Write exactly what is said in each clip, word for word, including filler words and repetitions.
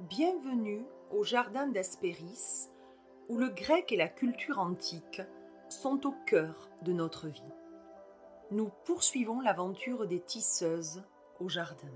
Bienvenue au jardin d'Hespéris, où le grec et la culture antique sont au cœur de notre vie. Nous poursuivons l'aventure des tisseuses au jardin.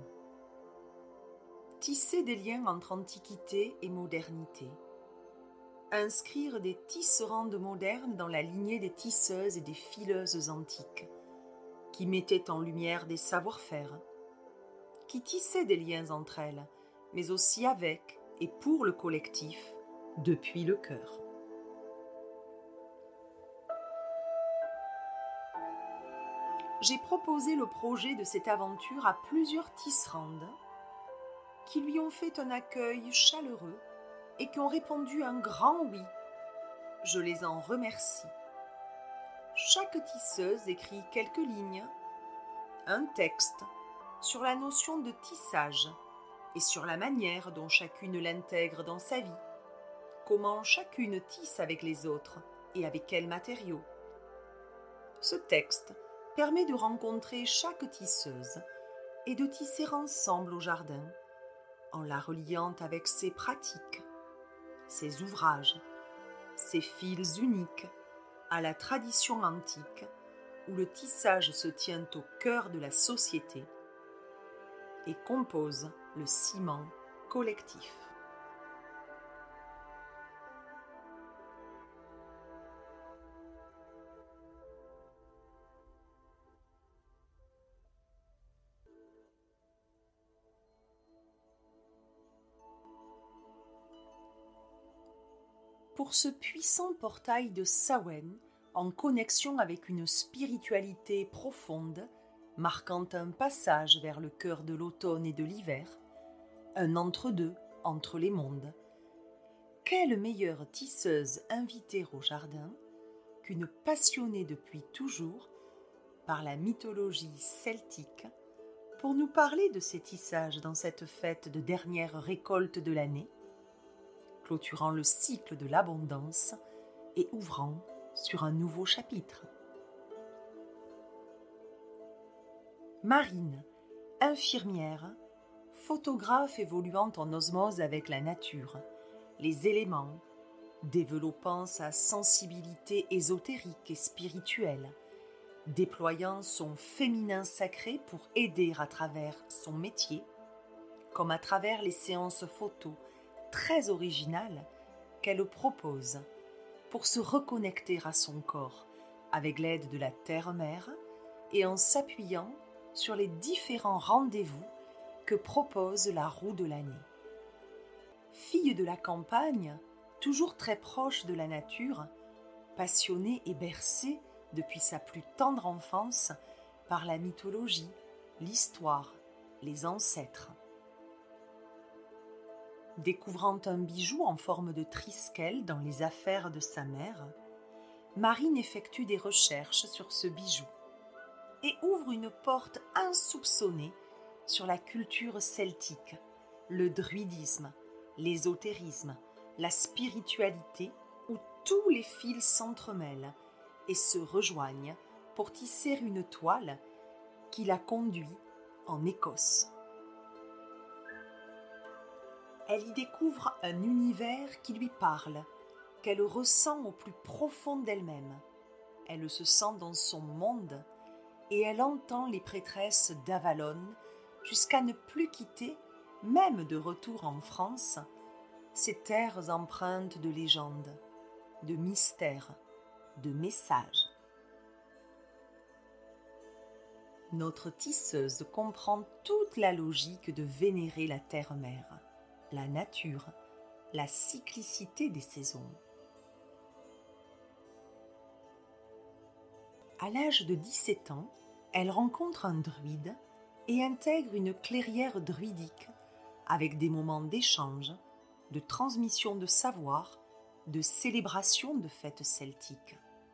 Tisser des liens entre antiquité et modernité. Inscrire des tisserandes modernes dans la lignée des tisseuses et des fileuses antiques, qui mettaient en lumière des savoir-faire, qui tissaient des liens entre elles, mais aussi avec et pour le collectif, depuis le cœur. J'ai proposé le projet de cette aventure à plusieurs tisserandes qui lui ont fait un accueil chaleureux et qui ont répondu un grand oui. Je les en remercie. Chaque tisseuse écrit quelques lignes, un texte sur la notion de tissage et sur la manière dont chacune l'intègre dans sa vie, comment chacune tisse avec les autres et avec quels matériaux. Ce texte permet de rencontrer chaque tisseuse et de tisser ensemble au jardin, en la reliant avec ses pratiques, ses ouvrages, ses fils uniques à la tradition antique où le tissage se tient au cœur de la société et compose le ciment collectif. Pour ce puissant portail de Samhain, en connexion avec une spiritualité profonde, marquant un passage vers le cœur de l'automne et de l'hiver, un entre-deux entre les mondes. Quelle meilleure tisseuse invitée au jardin qu'une passionnée depuis toujours par la mythologie celtique pour nous parler de ces tissages dans cette fête de dernière récolte de l'année, clôturant le cycle de l'abondance et ouvrant sur un nouveau chapitre. Marine, infirmière, photographe évoluant en osmose avec la nature, les éléments, développant sa sensibilité ésotérique et spirituelle, déployant son féminin sacré pour aider à travers son métier, comme à travers les séances photos très originales qu'elle propose pour se reconnecter à son corps avec l'aide de la terre-mère et en s'appuyant sur les différents rendez-vous que propose la roue de l'année. Fille de la campagne, toujours très proche de la nature, passionnée et bercée depuis sa plus tendre enfance par la mythologie, l'histoire, les ancêtres. Découvrant un bijou en forme de triskel dans les affaires de sa mère, Marine effectue des recherches sur ce bijou et ouvre une porte insoupçonnée sur la culture celtique, le druidisme, l'ésotérisme, la spiritualité où tous les fils s'entremêlent et se rejoignent pour tisser une toile qui la conduit en Écosse. Elle y découvre un univers qui lui parle, qu'elle ressent au plus profond d'elle-même. Elle se sent dans son monde et elle entend les prêtresses d'Avalon jusqu'à ne plus quitter, même de retour en France, ces terres empreintes de légendes, de mystères, de messages. Notre tisseuse comprend toute la logique de vénérer la terre-mère, la nature, la cyclicité des saisons. À l'âge de dix-sept ans, elle rencontre un druide et intègre une clairière druidique avec des moments d'échange, de transmission de savoir, de célébration de fêtes celtiques.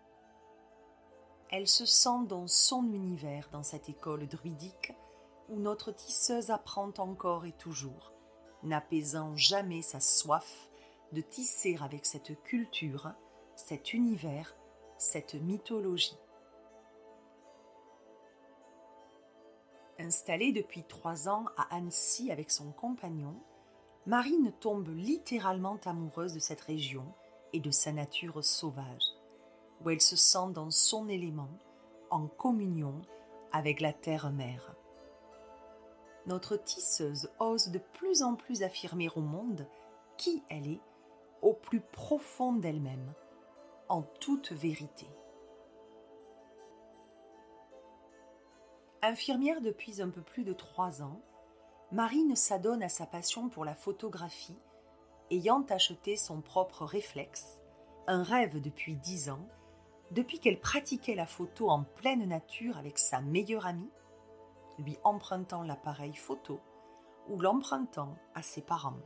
Elle se sent dans son univers dans cette école druidique où notre tisseuse apprend encore et toujours, n'apaisant jamais sa soif de tisser avec cette culture, cet univers, cette mythologie. Installée depuis trois ans à Annecy avec son compagnon, Marine tombe littéralement amoureuse de cette région et de sa nature sauvage, où elle se sent dans son élément, en communion avec la terre-mère. Notre tisseuse ose de plus en plus affirmer au monde qui elle est, au plus profond d'elle-même, en toute vérité. Infirmière depuis un peu plus de trois ans, Marine s'adonne à sa passion pour la photographie, ayant acheté son propre réflexe, un rêve depuis dix ans, depuis qu'elle pratiquait la photo en pleine nature avec sa meilleure amie, lui empruntant l'appareil photo ou l'empruntant à ses parents.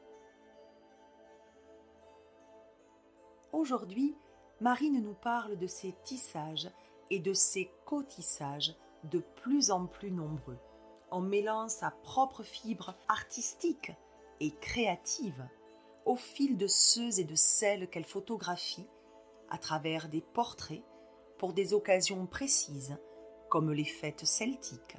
Aujourd'hui, Marine nous parle de ses tissages et de ses cotissages de plus en plus nombreux, en mêlant sa propre fibre artistique et créative au fil de ceux et de celles qu'elle photographie à travers des portraits pour des occasions précises, comme les fêtes celtiques.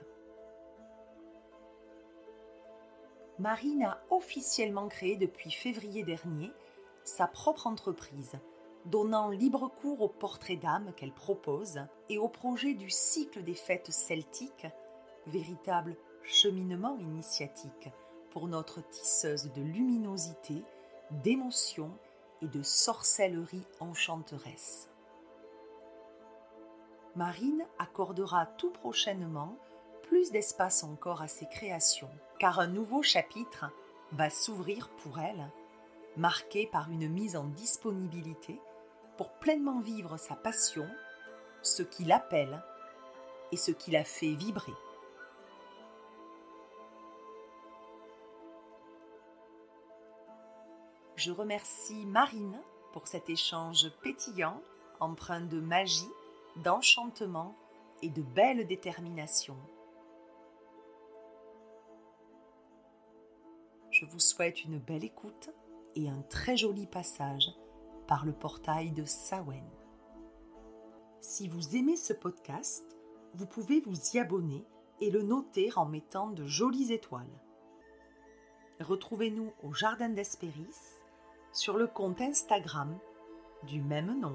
Marine a officiellement créé depuis février dernier sa propre entreprise, donnant libre cours aux portraits d'âme qu'elle propose et au projet du cycle des fêtes celtiques, véritable cheminement initiatique pour notre tisseuse de luminosité, d'émotion et de sorcellerie enchanteresse. Marine accordera tout prochainement plus d'espace encore à ses créations, car un nouveau chapitre va s'ouvrir pour elle, marqué par une mise en disponibilité pour pleinement vivre sa passion, ce qui l'appelle et ce qui la fait vibrer. Je remercie Marine pour cet échange pétillant, empreint de magie, d'enchantement et de belle détermination. Je vous souhaite une belle écoute et un très joli passage par le portail de Samhain. Si vous aimez ce podcast, vous pouvez vous y abonner et le noter en mettant de jolies étoiles. Retrouvez-nous au Jardin d'Hespéris sur le compte Instagram du même nom.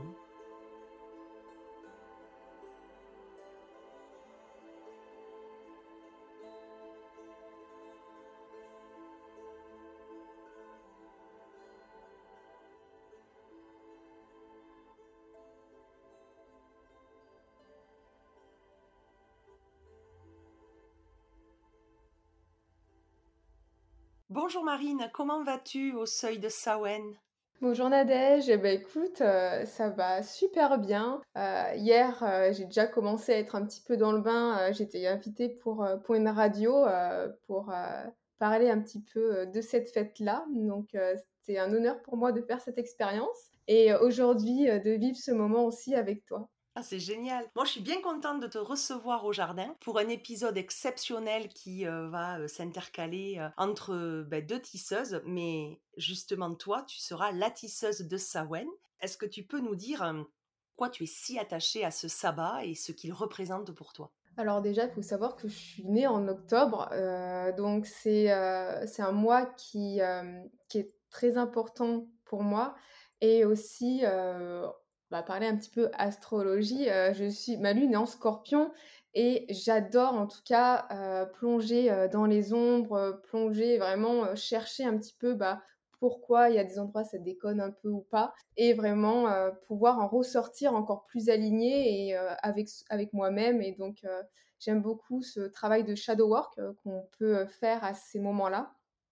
Bonjour Marine, comment vas-tu au seuil de Samhain ? Bonjour Nadège, eh ben écoute, euh, ça va super bien. Euh, hier, euh, j'ai déjà commencé à être un petit peu dans le bain. Euh, j'étais invitée pour, euh, pour une radio euh, pour euh, parler un petit peu euh, de cette fête-là. Donc, euh, c'était un honneur pour moi de faire cette expérience et euh, aujourd'hui euh, de vivre ce moment aussi avec toi. Ah, c'est génial. Moi, je suis bien contente de te recevoir au jardin pour un épisode exceptionnel qui euh, va euh, s'intercaler euh, entre euh, ben, deux tisseuses. Mais justement, toi, tu seras la tisseuse de Samhain. Est-ce que tu peux nous dire euh, pourquoi tu es si attachée à ce sabbat et ce qu'il représente pour toi ? Alors déjà, il faut savoir que je suis née en octobre, euh, donc c'est euh, c'est un mois qui, euh, qui est très important pour moi. Et aussi, euh, on va parler un petit peu astrologie. Euh, je suis, ma lune est en Scorpion et j'adore en tout cas euh, plonger euh, dans les ombres, euh, plonger vraiment, euh, chercher un petit peu bah, pourquoi il y a des endroits ça déconne un peu ou pas, et vraiment euh, pouvoir en ressortir encore plus alignée et euh, avec, avec moi-même. Et donc, euh, j'aime beaucoup ce travail de shadow work euh, qu'on peut faire à ces moments-là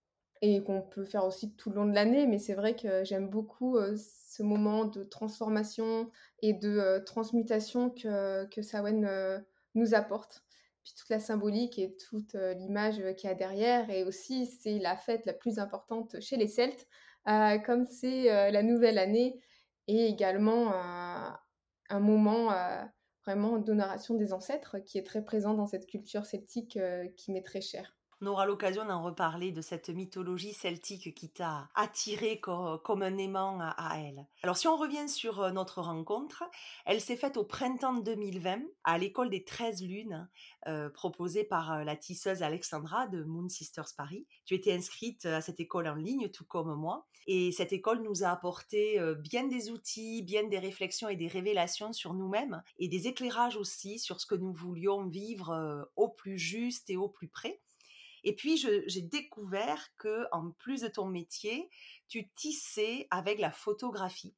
et qu'on peut faire aussi tout le long de l'année. Mais c'est vrai que j'aime beaucoup euh, ce moment de transformation et de euh, transmutation que, que Samhain euh, nous apporte. Puis toute la symbolique et toute euh, l'image qu'il y a derrière. Et aussi, c'est la fête la plus importante chez les Celtes, euh, comme c'est euh, la nouvelle année et également euh, un moment euh, vraiment d'honoration des ancêtres qui est très présent dans cette culture celtique euh, qui m'est très chère. On aura l'occasion d'en reparler de cette mythologie celtique qui t'a attiré co- comme un aimant à, à elle. Alors si on revient sur euh, notre rencontre, elle s'est faite au printemps deux mille vingt à l'école des treize lunes euh, proposée par euh, la tisseuse Alexandra de Moon Sisters Paris. Tu étais inscrite à cette école en ligne tout comme moi et cette école nous a apporté euh, bien des outils, bien des réflexions et des révélations sur nous-mêmes et des éclairages aussi sur ce que nous voulions vivre euh, au plus juste et au plus près. Et puis, je- j'ai découvert que, en plus de ton métier, tu tissais avec la photographie.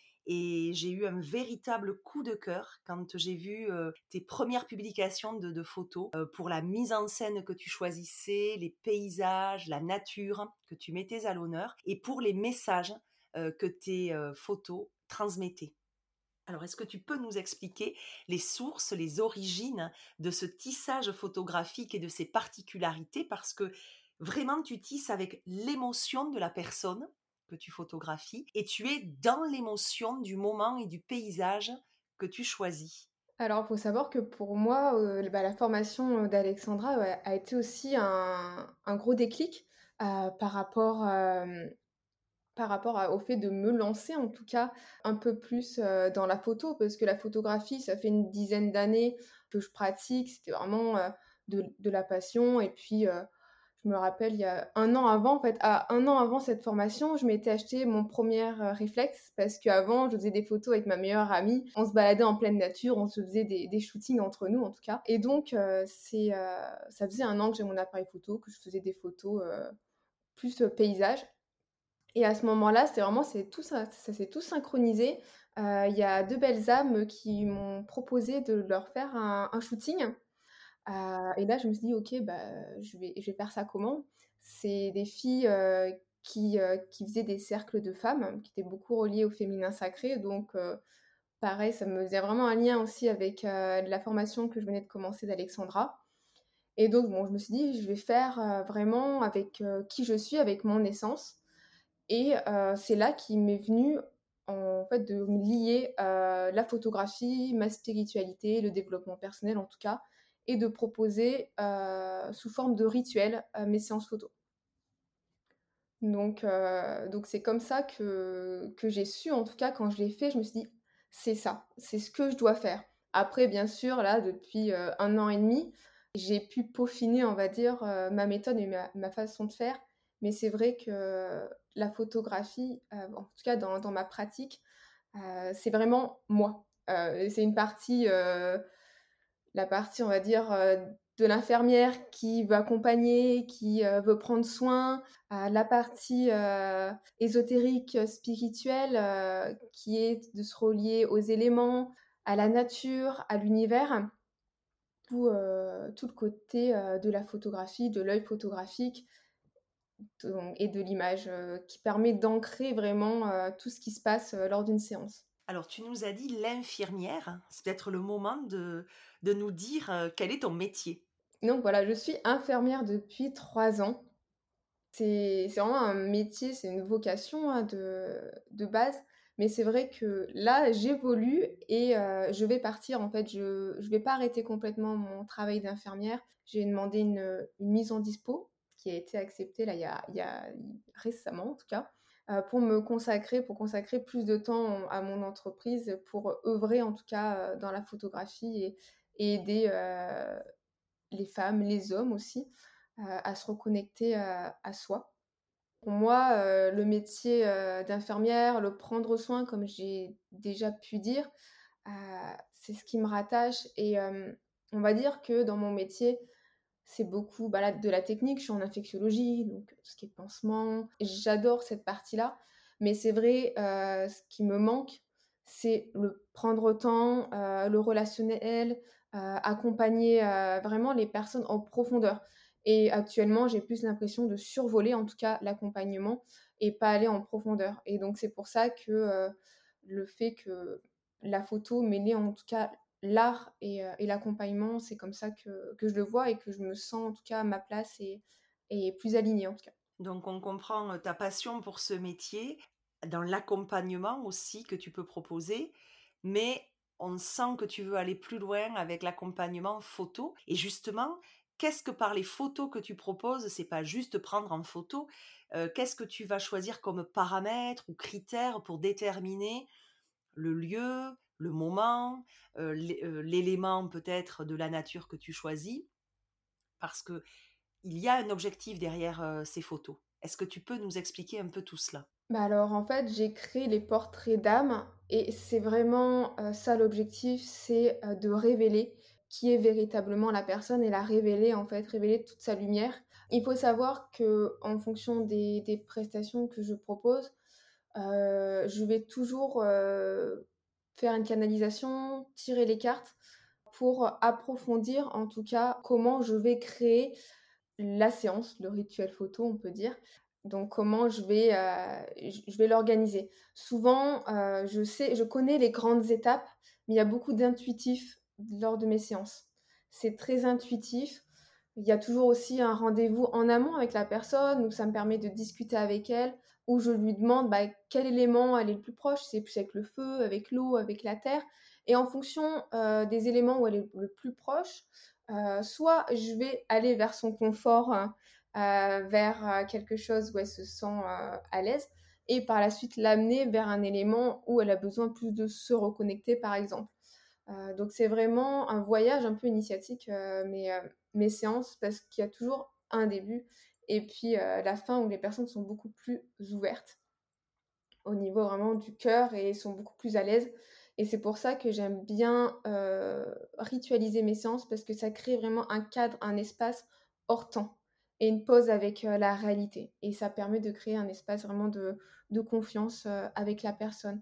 Et j'ai eu un véritable coup de cœur quand j'ai vu euh, tes premières publications de, de photos euh, pour la mise en scène que tu choisissais, les paysages, la nature que tu mettais à l'honneur, et pour les messages euh, que tes euh, photos transmettaient. Alors, est-ce que tu peux nous expliquer les sources, les origines de ce tissage photographique et de ses particularités? Parce que vraiment, tu tisses avec l'émotion de la personne que tu photographies et tu es dans l'émotion du moment et du paysage que tu choisis. Alors, il faut savoir que pour moi, heu, bah, la formation, heu, d'Alexandra, ouais, a été aussi un un gros déclic, heu, par rapport, hem, par rapport à au fait de me lancer, en tout cas, un peu plus, heu, dans la photo. Parce que la photographie, ça fait une dizaine d'années que je pratique. C'était vraiment, heu, de de la passion et puis, heu, je me rappelle, il y a un an avant, en fait, à un an avant cette formation, je m'étais acheté mon premier er réflexe parce qu'avant, je faisais des photos avec ma meilleure amie. On se baladait en pleine nature, on se faisait des des shootings entre nous, en tout cas et donc heu, c'est, heu, ça faisait un an que j'ai mon appareil photo, que je faisais des photos, heu, plus, heu, paysages et à ce moment-là, c'est vraiment c'est tout ça ça s'est tout synchronisé. Heu, il y a deux belles âmes qui m'ont proposé de leur faire un un shooting. Heu et là, je me suis dit: «OK, bah, je vais je vais faire ça comment?» C'est des filles, heu, qui, heu, qui faisaient des cercles de femmes, qui étaient beaucoup reliés au féminin sacré donc heu, pareil, ça me faisait vraiment un lien aussi avec, heu, la formation que je venais de commencer d'Alexandra et donc bon, je me suis dit: «Je vais faire, heu, vraiment avec, heu, qui je suis, avec mon essence» et heu, c'est là qu'il m'est venu, en fait, de me lier, heu, la photographie, ma spiritualité, le développement personnel en tout cas et de proposer, heu, sous forme de rituel, heu, mes séances photo. Donc heu, donc c'est comme ça que que j'ai su, en tout cas, quand je l'ai fait, je me suis dit: «C'est ça, c'est ce que je dois faire». Après, bien sûr, là, depuis, heu, un an et demi, j'ai pu peaufiner, on va dire, heu, ma méthode et ma ma façon de faire. Mais c'est vrai que la photographie, heu, en tout cas dans dans ma pratique, heu, c'est vraiment moi. Heu, c'est une partie, heu la partie, on va dire, heu, de l'infirmière qui veut accompagner, qui, heu, veut prendre soin, à la partie, heu, ésotérique, heu, spirituelle, heu, qui est de se relier aux éléments, à la nature, à l'univers. Tout, heu, tout le côté, heu, de la photographie, de l'œil photographique don et de l'image, heu, qui permet d'ancrer vraiment, heu, tout ce qui se passe, heu, lors d'une séance. Alors, tu nous as dit l'infirmière. C'est peut-être le moment de, de nous dire euh, quel est ton métier. Donc voilà, je suis infirmière depuis trois ans. C'est c'est vraiment un métier, c'est une vocation, hein, de de base, mais c'est vrai que là, j'évolue et heu, je vais partir en fait, je je vais pas arrêter complètement mon travail d'infirmière. J'ai demandé une, une mise en dispo qui a été acceptée là, il y a il y a récemment en tout cas, heu, pour me consacrer pour consacrer plus de temps à mon entreprise, pour œuvrer en tout cas, heu, dans la photographie et et aider, heu, les femmes, les hommes aussi, heu, à se reconnecter, heu, à soi. Pour moi, heu, le métier, heu, d'infirmière, le prendre soin comme j'ai déjà pu dire, heu, c'est ce qui me rattache et hem, on va dire que dans mon métier, c'est beaucoup, bah, là, de la technique. Je suis en infectiologie, donc tout ce qui est pansement, j'adore cette partie-là. Mais c'est vrai, heu, ce qui me manque, c'est le prendre temps, heu, le relationnel, heu, accompagner, heu, vraiment les personnes en profondeur. Et actuellement, j'ai plus l'impression de survoler, en tout cas, l'accompagnement et pas aller en profondeur. Et donc c'est pour ça que, heu, le fait que la photo mêler, en tout cas, l'art et heu et l'accompagnement, c'est comme ça que que je le vois et que je me sens en tout cas à ma place et et plus alignée en tout cas. Donc, on comprend euh, ta passion pour ce métier, dans l'accompagnement aussi que tu peux proposer, mais on sent que tu veux aller plus loin avec l'accompagnement photo. Et justement, qu'est-ce que par les photos que tu proposes, c'est pas juste prendre en photo, heu, qu'est-ce que tu vas choisir comme paramètres ou critères pour déterminer le lieu, le moment, heu, l'é heu, l'élément peut-être de la nature que tu choisis? Parce qu'il y a un objectif derrière, heu, ces photos. Est-ce que tu peux nous expliquer un peu tout cela? Bah, alors, en fait, j'ai créé les portraits d'âme et c'est vraiment, heu, ça l'objectif, c'est, heu, de révéler qui est véritablement la personne et la révéler, en fait, révéler toute sa lumière. Il faut savoir qu'en fonction des des prestations que je propose, heu, je vais toujours, heu, faire une canalisation, tirer les cartes pour approfondir, en tout cas, comment je vais créer la séance, le rituel photo, on peut dire. Donc comment je vais, heu, je je vais l'organiser. Souvent, heu, je sais je connais les grandes étapes, mais il y a beaucoup d'intuitif lors de mes séances. C'est très intuitif. Il y a toujours aussi un rendez-vous en amont avec la personne où ça me permet de discuter avec elle, où je lui demande, bah, quel élément elle est le plus proche, si c'est plus avec le feu, avec l'eau, avec la terre et en fonction, heu, des éléments où elle est le plus proche, Heu, soit je vais aller vers son confort, heu heu, vers, heu, quelque chose où elle se sent, heu, à l'aise et par la suite l'amener vers un élément où elle a besoin plus de se reconnecter, par exemple. Heu, donc c'est vraiment un voyage un peu initiatique, heu, mes, heu, mes séances parce qu'il y a toujours un début et puis, heu, la fin où les personnes sont beaucoup plus ouvertes au niveau vraiment du cœur et sont beaucoup plus à l'aise et c'est pour ça que j'aime bien, heu, ritualiser mes séances parce que ça crée vraiment un cadre, un espace hors temps et une pause avec, heu, la réalité et ça permet de créer un espace vraiment de de confiance, heu, avec la personne.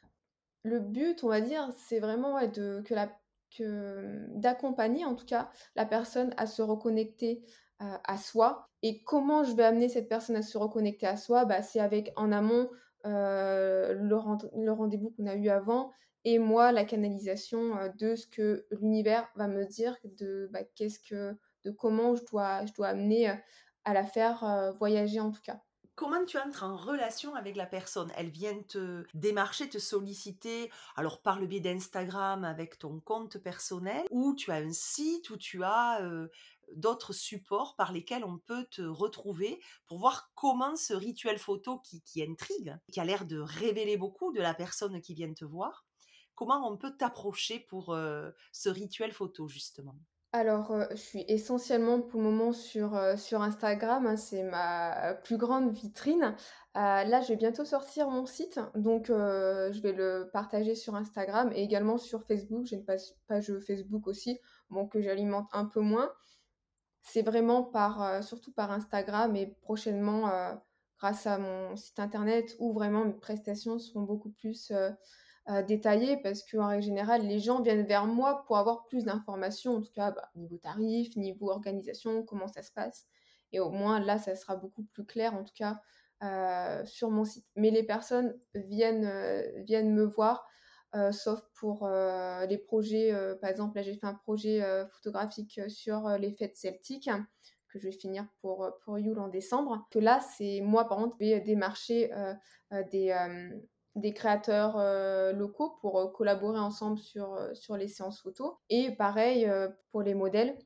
Le but, on va dire, c'est vraiment, ouais, de que la que, mmh, d'accompagner en tout cas la personne à se reconnecter, heu, à soi et comment je vais amener cette personne à se reconnecter à soi? Bah, c'est avec en amont, heu, le rend le rendez-vous qu'on a eu avant et moi la canalisation, heu, de ce que l'univers va me dire de, bah, qu'est-ce que de comment je dois je dois amener, heu, à la faire, heu, voyager en tout cas. Comment tu entres en relation avec la personne? Elle vient te démarcher, te solliciter, alors par le biais d'Instagram avec ton compte personnel ou tu as un site où tu as, heu, d'autres supports par lesquels on peut te retrouver pour voir comment ce rituel photo qui qui intrigue, qui a l'air de révéler beaucoup de la personne qui vient te voir, comment on peut t'approcher pour, heu, ce rituel photo justement? Alors, heu, je suis essentiellement pour le moment sur, heu, sur Instagram, hein, c'est ma plus grande vitrine. Heu, là, je vais bientôt sortir mon site, donc heu, je vais le partager sur Instagram et également sur Facebook. J'ai une page page Facebook aussi, bon, que j'alimente un peu moins. C'est vraiment par, heu, surtout par Instagram et prochainement, heu, grâce à mon site internet où vraiment mes prestations seront beaucoup plus, heu heu, détaillées parce qu'en règle générale, les gens viennent vers moi pour avoir plus d'informations, en tout cas, bah, niveau tarif, niveau organisation, comment ça se passe et au moins là, ça sera beaucoup plus clair, en tout cas, heu, sur mon site. Mais les personnes viennent, heu, viennent me voir, heu, sauf pour, heu, les projets, heu, par exemple, là, j'ai fait un projet, heu, photographique, heu, sur, heu, les fêtes celtiques que je vais finir pour, heu, pour Yule en décembre. Que là, c'est moi, par contre, je vais démarcher, heu heu, des, hem, des créateurs, heu, locaux pour, heu, collaborer ensemble sur, heu, sur les séances photos et pareil, heu, pour les modèles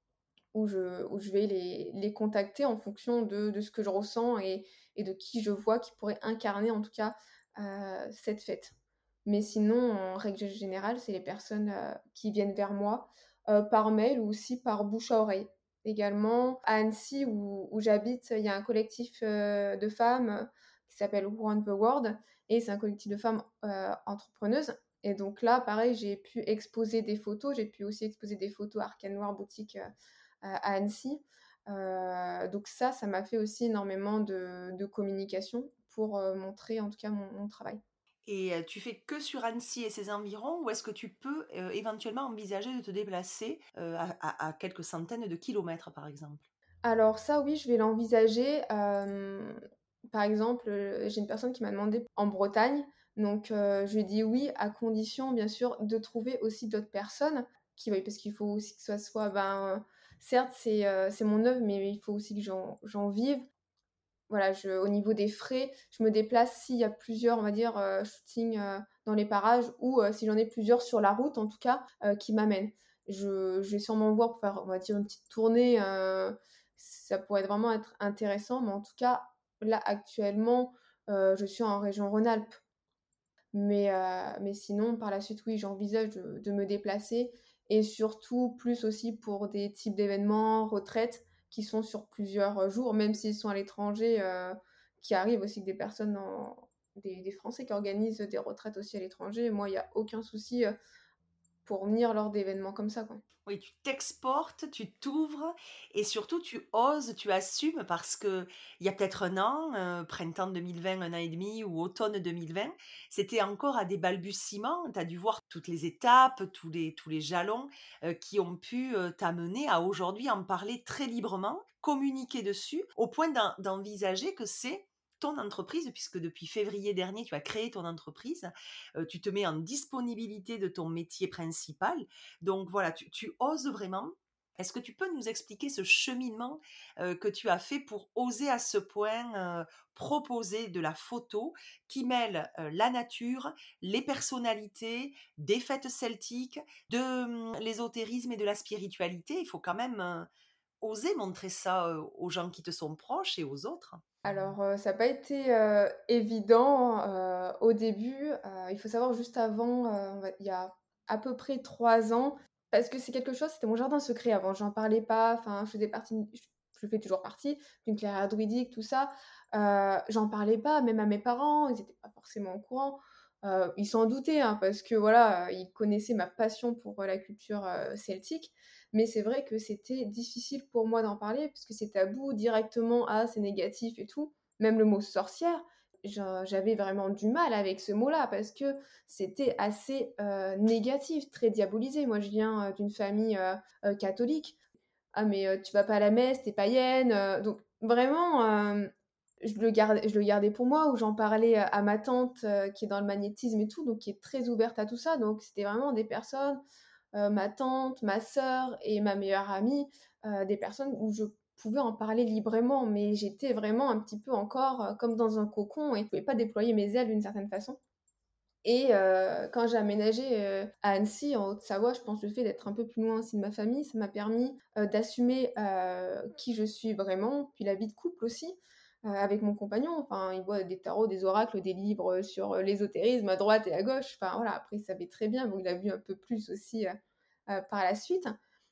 où je où je vais les les contacter en fonction de de ce que je ressens et et de qui je vois qui pourrait incarner en tout cas, heu, cette fête. Mais sinon, en règle générale, c'est les personnes, heu, qui viennent vers moi, heu, par mail ou aussi par bouche à oreille. Également, à Annecy où où j'habite, il y a un collectif, heu, de femmes, heu, qui s'appelle Who Run the World et c'est un collectif de femmes, heu, entrepreneuses et donc là, pareil, j'ai pu exposer des photos, j'ai pu aussi exposer des photos Arcane Noir boutique, heu à Annecy. Heu, donc ça, ça m'a fait aussi énormément de de communication pour, heu, montrer en tout cas mon mon travail. Et heu, tu fais que sur Annecy et ses environs ou est-ce que tu peux, heu, éventuellement envisager de te déplacer, heu, à à à quelques centaines de kilomètres, par exemple? Alors ça, oui, je vais l'envisager, hem, par exemple, heu, j'ai une personne qui m'a demandé en Bretagne, donc heu, je lui ai dit: «Oui», à condition bien sûr de trouver aussi d'autres personnes qui veuillent parce qu'il faut aussi que ça soit, ben, certes c'est, heu, c'est mon œuvre, mais il faut aussi que j'en j'en vive. Voilà, je au niveau des frais, je me déplace s'il y a plusieurs, on va dire, heu, shootings, heu, dans les parages ou heu, si j'en ai plusieurs sur la route en tout cas, heu, qui m'amènent. Je je vais sûrement voir pour faire, on va dire, une petite tournée, heu, ça pourrait vraiment être intéressant, mais en tout cas, là, actuellement, heu, je suis en région Rhône-Alpes. Mais heu, mais sinon, par la suite, oui, j'envisage de de me déplacer et surtout plus aussi pour des types d'événements, retraites qui sont sur plusieurs, heu, jours, même s'ils sont à l'étranger, heu, qui arrivent aussi que des personnes en des des Français qui organisent des retraites aussi à l'étranger. Moi, il y a aucun souci, heu, pour venir lors d'événements comme ça, quoi. Oui, tu t'exportes, tu t'ouvres et surtout tu oses, tu assumes parce que il y a peut-être un an, heu, printemps deux mille vingt, un an et demi ou automne deux mille vingt, c'était encore à des balbutiements. Tu as dû voir toutes les étapes, tous les tous les jalons, heu, qui ont pu, heu, t'amener à aujourd'hui en parler très librement, communiquer dessus, au point d'en d'envisager que c'est ton entreprise puisque depuis février dernier, tu as créé ton entreprise. Heu, tu te mets en disponibilité de ton métier principal donc voilà, tu tu oses vraiment. Est-ce que tu peux nous expliquer ce cheminement, heu, que tu as fait pour oser à ce point, heu, proposer de la photo qui mêle, heu, la nature, les personnalités, des fêtes celtiques, de, mmh, l'ésotérisme et de la spiritualité? Il faut quand même, heu, oser montrer ça, heu, aux gens qui te sont proches et aux autres. Alors, heu, ça n'a pas été, heu, évident, heu, au début. Heu, il faut savoir juste avant, heu, on va il y a à peu près trois ans, parce que c'est quelque chose, c'était mon jardin secret avant, j'en parlais pas, enfin, je faisais partie je je fais toujours partie d'une clairière druidique, tout ça. Heu, j'en parlais pas, même à mes parents, ils étaient pas forcément au courant. Heu, ils s'en doutaient, hein, parce que voilà, heu, ils connaissaient ma passion pour, heu, la culture, heu, celtique. Mais c'est vrai que c'était difficile pour moi d'en parler parce que c'est tabou directement: «Ah, c'est négatif et tout». Même le mot sorcière, je j'avais vraiment du mal avec ce mot-là parce que c'était assez, heu, négatif, très diabolisé. Moi, je viens, heu, d'une famille, heu heu, catholique. «Ah mais, heu, tu vas pas à la messe, tu es païenne», heu, donc vraiment, hem, je le garde je le gardais pour moi ou j'en parlais, heu, à ma tante, heu, qui est dans le magnétisme et tout, donc qui est très ouverte à tout ça. Donc c'était vraiment des personnes, heu, ma tante, ma sœur et ma meilleure amie, heu, des personnes où je pouvais en parler librement, mais j'étais vraiment un petit peu encore, heu, comme dans un cocon et je pouvais pas déployer mes ailes d'une certaine façon. Et heu, quand j'ai aménagé, heu, à Annecy, en Haute-Savoie, je pense le fait d'être un peu plus loin aussi de ma famille, ça m'a permis, heu, d'assumer, heu, qui je suis vraiment, puis la vie de couple aussi, heu, avec mon compagnon. Enfin, il voit des tarots, des oracles, des livres, sur, heu, l'ésotérisme à droite et à gauche. Enfin voilà, après il savait très bien, bon il a vu un peu plus aussi, heu heu, par la suite.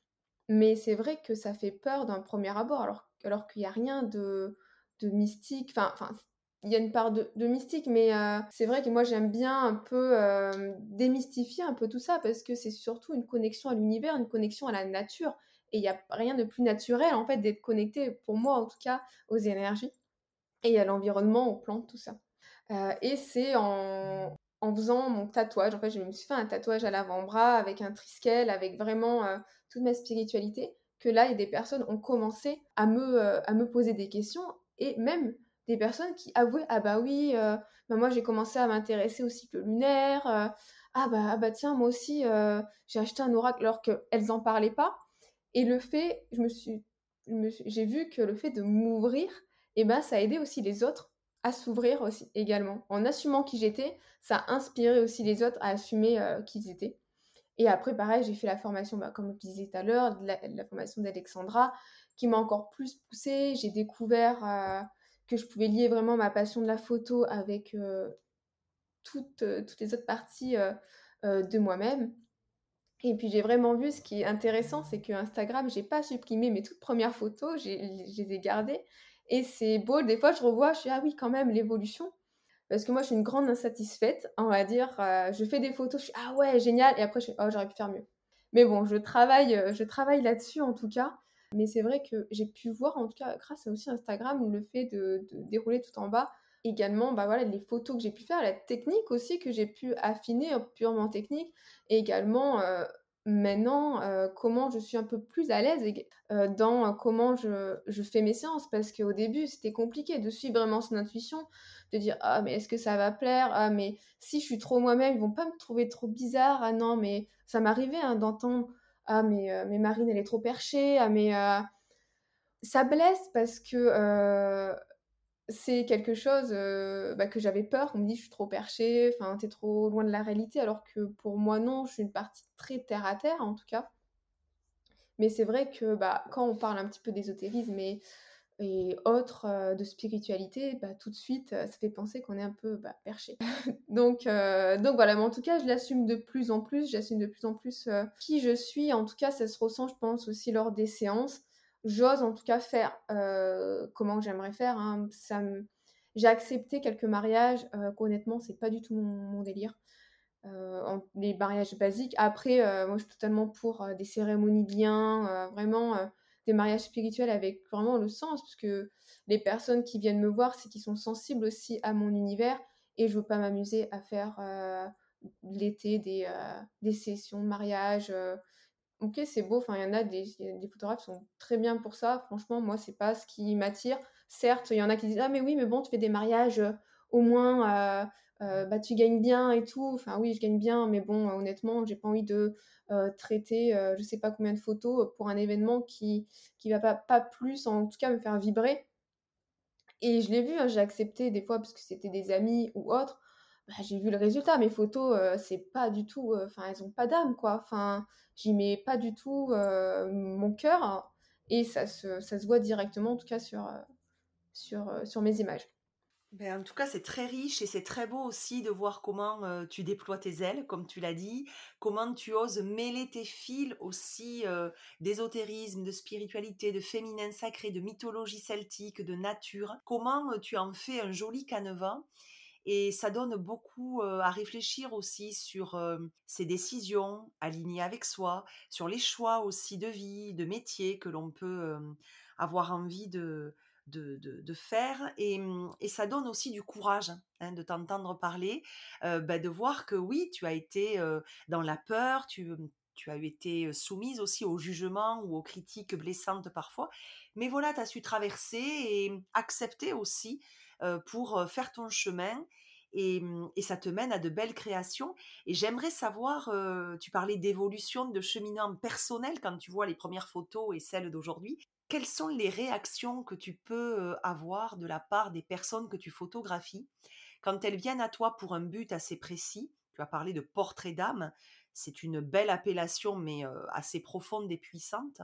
Mais c'est vrai que ça fait peur d'un premier abord, alors alors qu'il y a rien de de mystique. Enfin enfin, il y a une part de de mystique, mais heu, c'est vrai que moi j'aime bien un peu, hem, démystifier un peu tout ça parce que c'est surtout une connexion à l'univers, une connexion à la nature et il y a rien de plus naturel, en fait, d'être connecté, pour moi en tout cas, aux énergies et à l'environnement, aux plantes, tout ça. Heu et c'est en en faisant mon tatouage, en fait, je me suis fait un tatouage à l'avant-bras avec un triskel, avec vraiment, heu, toute ma spiritualité, que là, il y a des personnes ont commencé à me, heu, à me poser des questions et même des personnes qui avouaient: «Ah bah oui, heu, bah moi j'ai commencé à m'intéresser au cycle lunaire, heu, ah bah ah bah tiens moi aussi, heu, j'ai acheté un oracle», alors qu'elles en parlaient pas et le fait je me suis je me suis j'ai vu que le fait de m'ouvrir et ben, ça a aidé aussi les autres à s'ouvrir aussi également. En assumant qui j'étais, ça a inspiré aussi les autres à assumer, heu, qui ils étaient et après pareil, j'ai fait la formation, bah, comme je disais tout à l'heure, de la la formation d'Alexandra qui m'a encore plus poussée. J'ai découvert, heu, que je pouvais lier vraiment ma passion de la photo avec, heu, toutes, heu, toutes les autres parties, heu heu, de moi-même et puis j'ai vraiment vu ce qui est intéressant, c'est que Instagram, j'ai pas supprimé mes toutes premières photos, j'ai je les ai gardées et c'est beau, des fois je revois, je fais: «Ah oui quand même l'évolution». Parce que moi je suis une grande insatisfaite, on va dire, heu, je fais des photos, je fais: «Ah ouais génial» et après je fais: «Oh j'aurais pu faire mieux». Mais bon, je travaille, heu, je travaille là-dessus en tout cas. Mais c'est vrai que j'ai pu voir en tout cas grâce à aussi Instagram, le fait de de dérouler tout en bas. Également, bah, voilà les photos que j'ai pu faire, la technique aussi que j'ai pu affiner, heu, purement technique et également, heu, maintenant, heu, comment je suis un peu plus à l'aise ég heu, dans, heu, comment je je fais mes séances. Parce qu'au début, c'était compliqué de suivre vraiment son intuition, de dire: «Ah mais est-ce que ça va plaire? Ah mais si je suis trop moi-même, ils vont pas me trouver trop bizarre. Ah non mais» ça m'arrivait, hein, d'entendre: «Ah mais heu, mais Marine elle est trop perchée. Ah mais heu» ça blesse parce que, heu, c'est quelque chose, heu, bah, que j'avais peur. On me dit: «Je suis trop perchée, enfin tu es trop loin de la réalité», alors que pour moi non, je suis une partie très terre à terre en tout cas Mais c'est vrai que, bah, quand on parle un petit peu d'ésotérisme et et autres, heu, de spiritualité, bah, tout de suite, heu, ça fait penser qu'on est un peu, bah, perché. Donc heu, donc voilà, mais en tout cas, je l'assume de plus en plus, j'assume de plus en plus, heu, qui je suis. En tout cas, ça se ressent, je pense, aussi lors des séances. J'ose en tout cas faire, heu, comment j'aimerais faire, hein. Ça me J'ai accepté quelques mariages, heu, qu'honnêtement, c'est pas du tout mon mon délire, heu, en les mariages basiques. Après, heu, moi, je suis totalement pour, heu, des cérémonies bien, heu, vraiment, heu, des mariages spirituels avec vraiment le sens, parce que les personnes qui viennent me voir, c'est qu'ils sont sensibles aussi à mon univers et je veux pas m'amuser à faire, heu, l'été des, heu, des sessions de mariage, heu OK, c'est beau, enfin, il y en a des il y a des photographes qui sont très bien pour ça. Franchement, moi, c'est pas ce qui m'attire. Certes, il y en a qui disent: «Ah mais oui, mais bon, tu fais des mariages, heu, au moins, heu heu, bah, tu gagnes bien et tout». Enfin oui, je gagne bien, mais bon, heu, honnêtement, j'ai pas envie de, heu, traiter, heu, je sais pas combien de photos, pour un événement qui qui va pas pas plus, en tout cas, me faire vibrer. Et je l'ai vu, hein, j'ai accepté des fois parce que c'était des amis ou autres. Bah, j'ai vu le résultat. Mes photos, heu, c'est pas du tout, heu, enfin, elles ont pas d'âme, quoi. Enfin, j'y mets pas du tout, heu, mon cœur et ça se ça se voit directement, en tout cas sur, heu, sur, heu, sur mes images. Ben, en tout cas, c'est très riche et c'est très beau aussi de voir comment, heu, tu déploies tes ailes, comme tu l'as dit, comment tu oses mêler tes fils aussi, heu, d'ésotérisme, de spiritualité, de féminin sacré, de mythologie celtique, de nature. Comment, heu, tu en fais un joli canevas et ça donne beaucoup, heu, à réfléchir aussi sur, hem, ses décisions alignées avec soi, sur les choix aussi de vie, de métier que l'on peut, hem, avoir envie de de de de faire et mmh et ça donne aussi du courage, hein, de t'entendre parler, heu, bah, de voir que oui, tu as été, heu, dans la peur, tu, hem, tu as été, soumise aussi au jugement ou aux critiques blessantes parfois. Mais voilà, tu as su traverser et mmh, accepter aussi, heu, pour, heu, faire ton chemin et mmh et ça te mène à de belles créations et j'aimerais savoir, heu, tu parlais d'évolution, de cheminement personnel quand tu vois les premières photos et celles d'aujourd'hui. Quelles sont les réactions que tu peux, heu, avoir de la part des personnes que tu photographies quand elles viennent à toi pour un but assez précis? Tu as parlé de portrait d'âme, c'est une belle appellation mais, heu, assez profonde et puissante.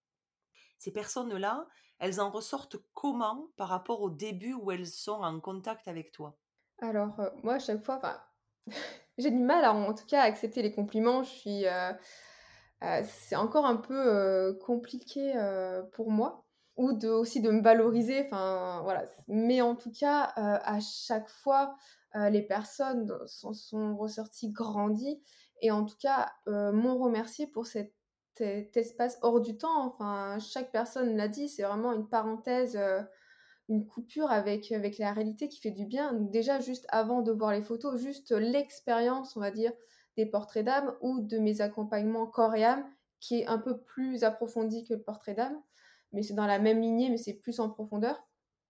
Ces personnes-là, elles en ressortent comment par rapport au début où elles sont en contact avec toi? Alors, heu, moi, à chaque fois, enfin, j'ai du mal à, en tout cas, à accepter les compliments. Je suis, heu heu, c'est encore un peu, heu, compliqué, heu, pour moi ou de aussi de me valoriser, enfin, voilà. Mais en tout cas, heu, à chaque fois, heu, les personnes s'en sont ressorties grandies et en tout cas, heu, m'ont remerciée pour cet cet espace hors du temps. Enfin, chaque personne l'a dit, c'est vraiment une parenthèse, heu une coupure avec, avec la réalité qui fait du bien. Donc déjà, juste avant de voir les photos, juste l'expérience, on va dire, des portraits d'âme ou de mes accompagnements corps et âme, qui est un peu plus approfondi que le portrait d'âme. Mais c'est dans la même lignée, mais c'est plus en profondeur.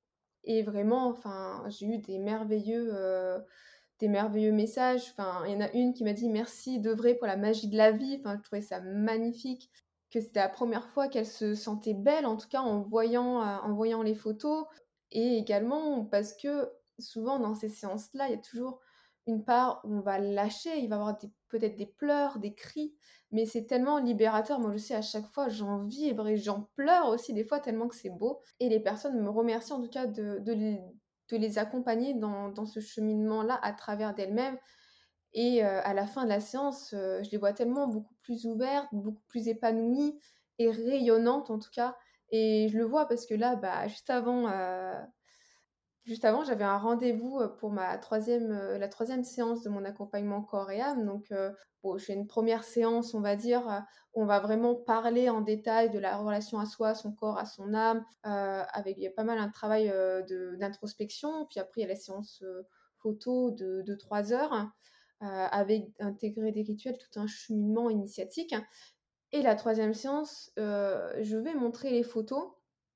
Et vraiment, enfin, j'ai eu des merveilleux, heu, des merveilleux messages. Enfin, il y en a une qui m'a dit: «Merci d'œuvrer pour la magie de la vie». Enfin, je trouvais ça magnifique, que c'était la première fois qu'elle se sentait belle, en tout cas en voyant, heu, en voyant les photos. Et également parce que souvent dans ces séances-là, il y a toujours une part où on va lâcher, il va y avoir des peut-être des pleurs, des cris, mais c'est tellement libérateur. Moi, je sais, à chaque fois, j'en vibre et j'en pleure aussi des fois tellement que c'est beau et les personnes me remercient en tout cas de de les de les accompagner dans dans ce cheminement-là à travers d'elles-mêmes et heu, à la fin de la séance, heu, je les vois tellement beaucoup plus ouvertes, beaucoup plus épanouies et rayonnantes en tout cas et je le vois parce que là, bah, juste avant, heu Juste avant, j'avais un rendez-vous, heu, pour ma troisième, e la troisième séance de mon accompagnement corps et âme. Donc, heu, bon, je fais une première séance, on va dire, heu, où on va vraiment parler en détail de la relation à soi, à son corps, à son âme, heu, avec il y a pas mal un travail, heu, de d'introspection. Puis après, il y a la séance, heu, photo de de trois heures, heu, avec intégré des rituels, tout un cheminement initiatique. Et la troisième séance, heu, je vais montrer les photos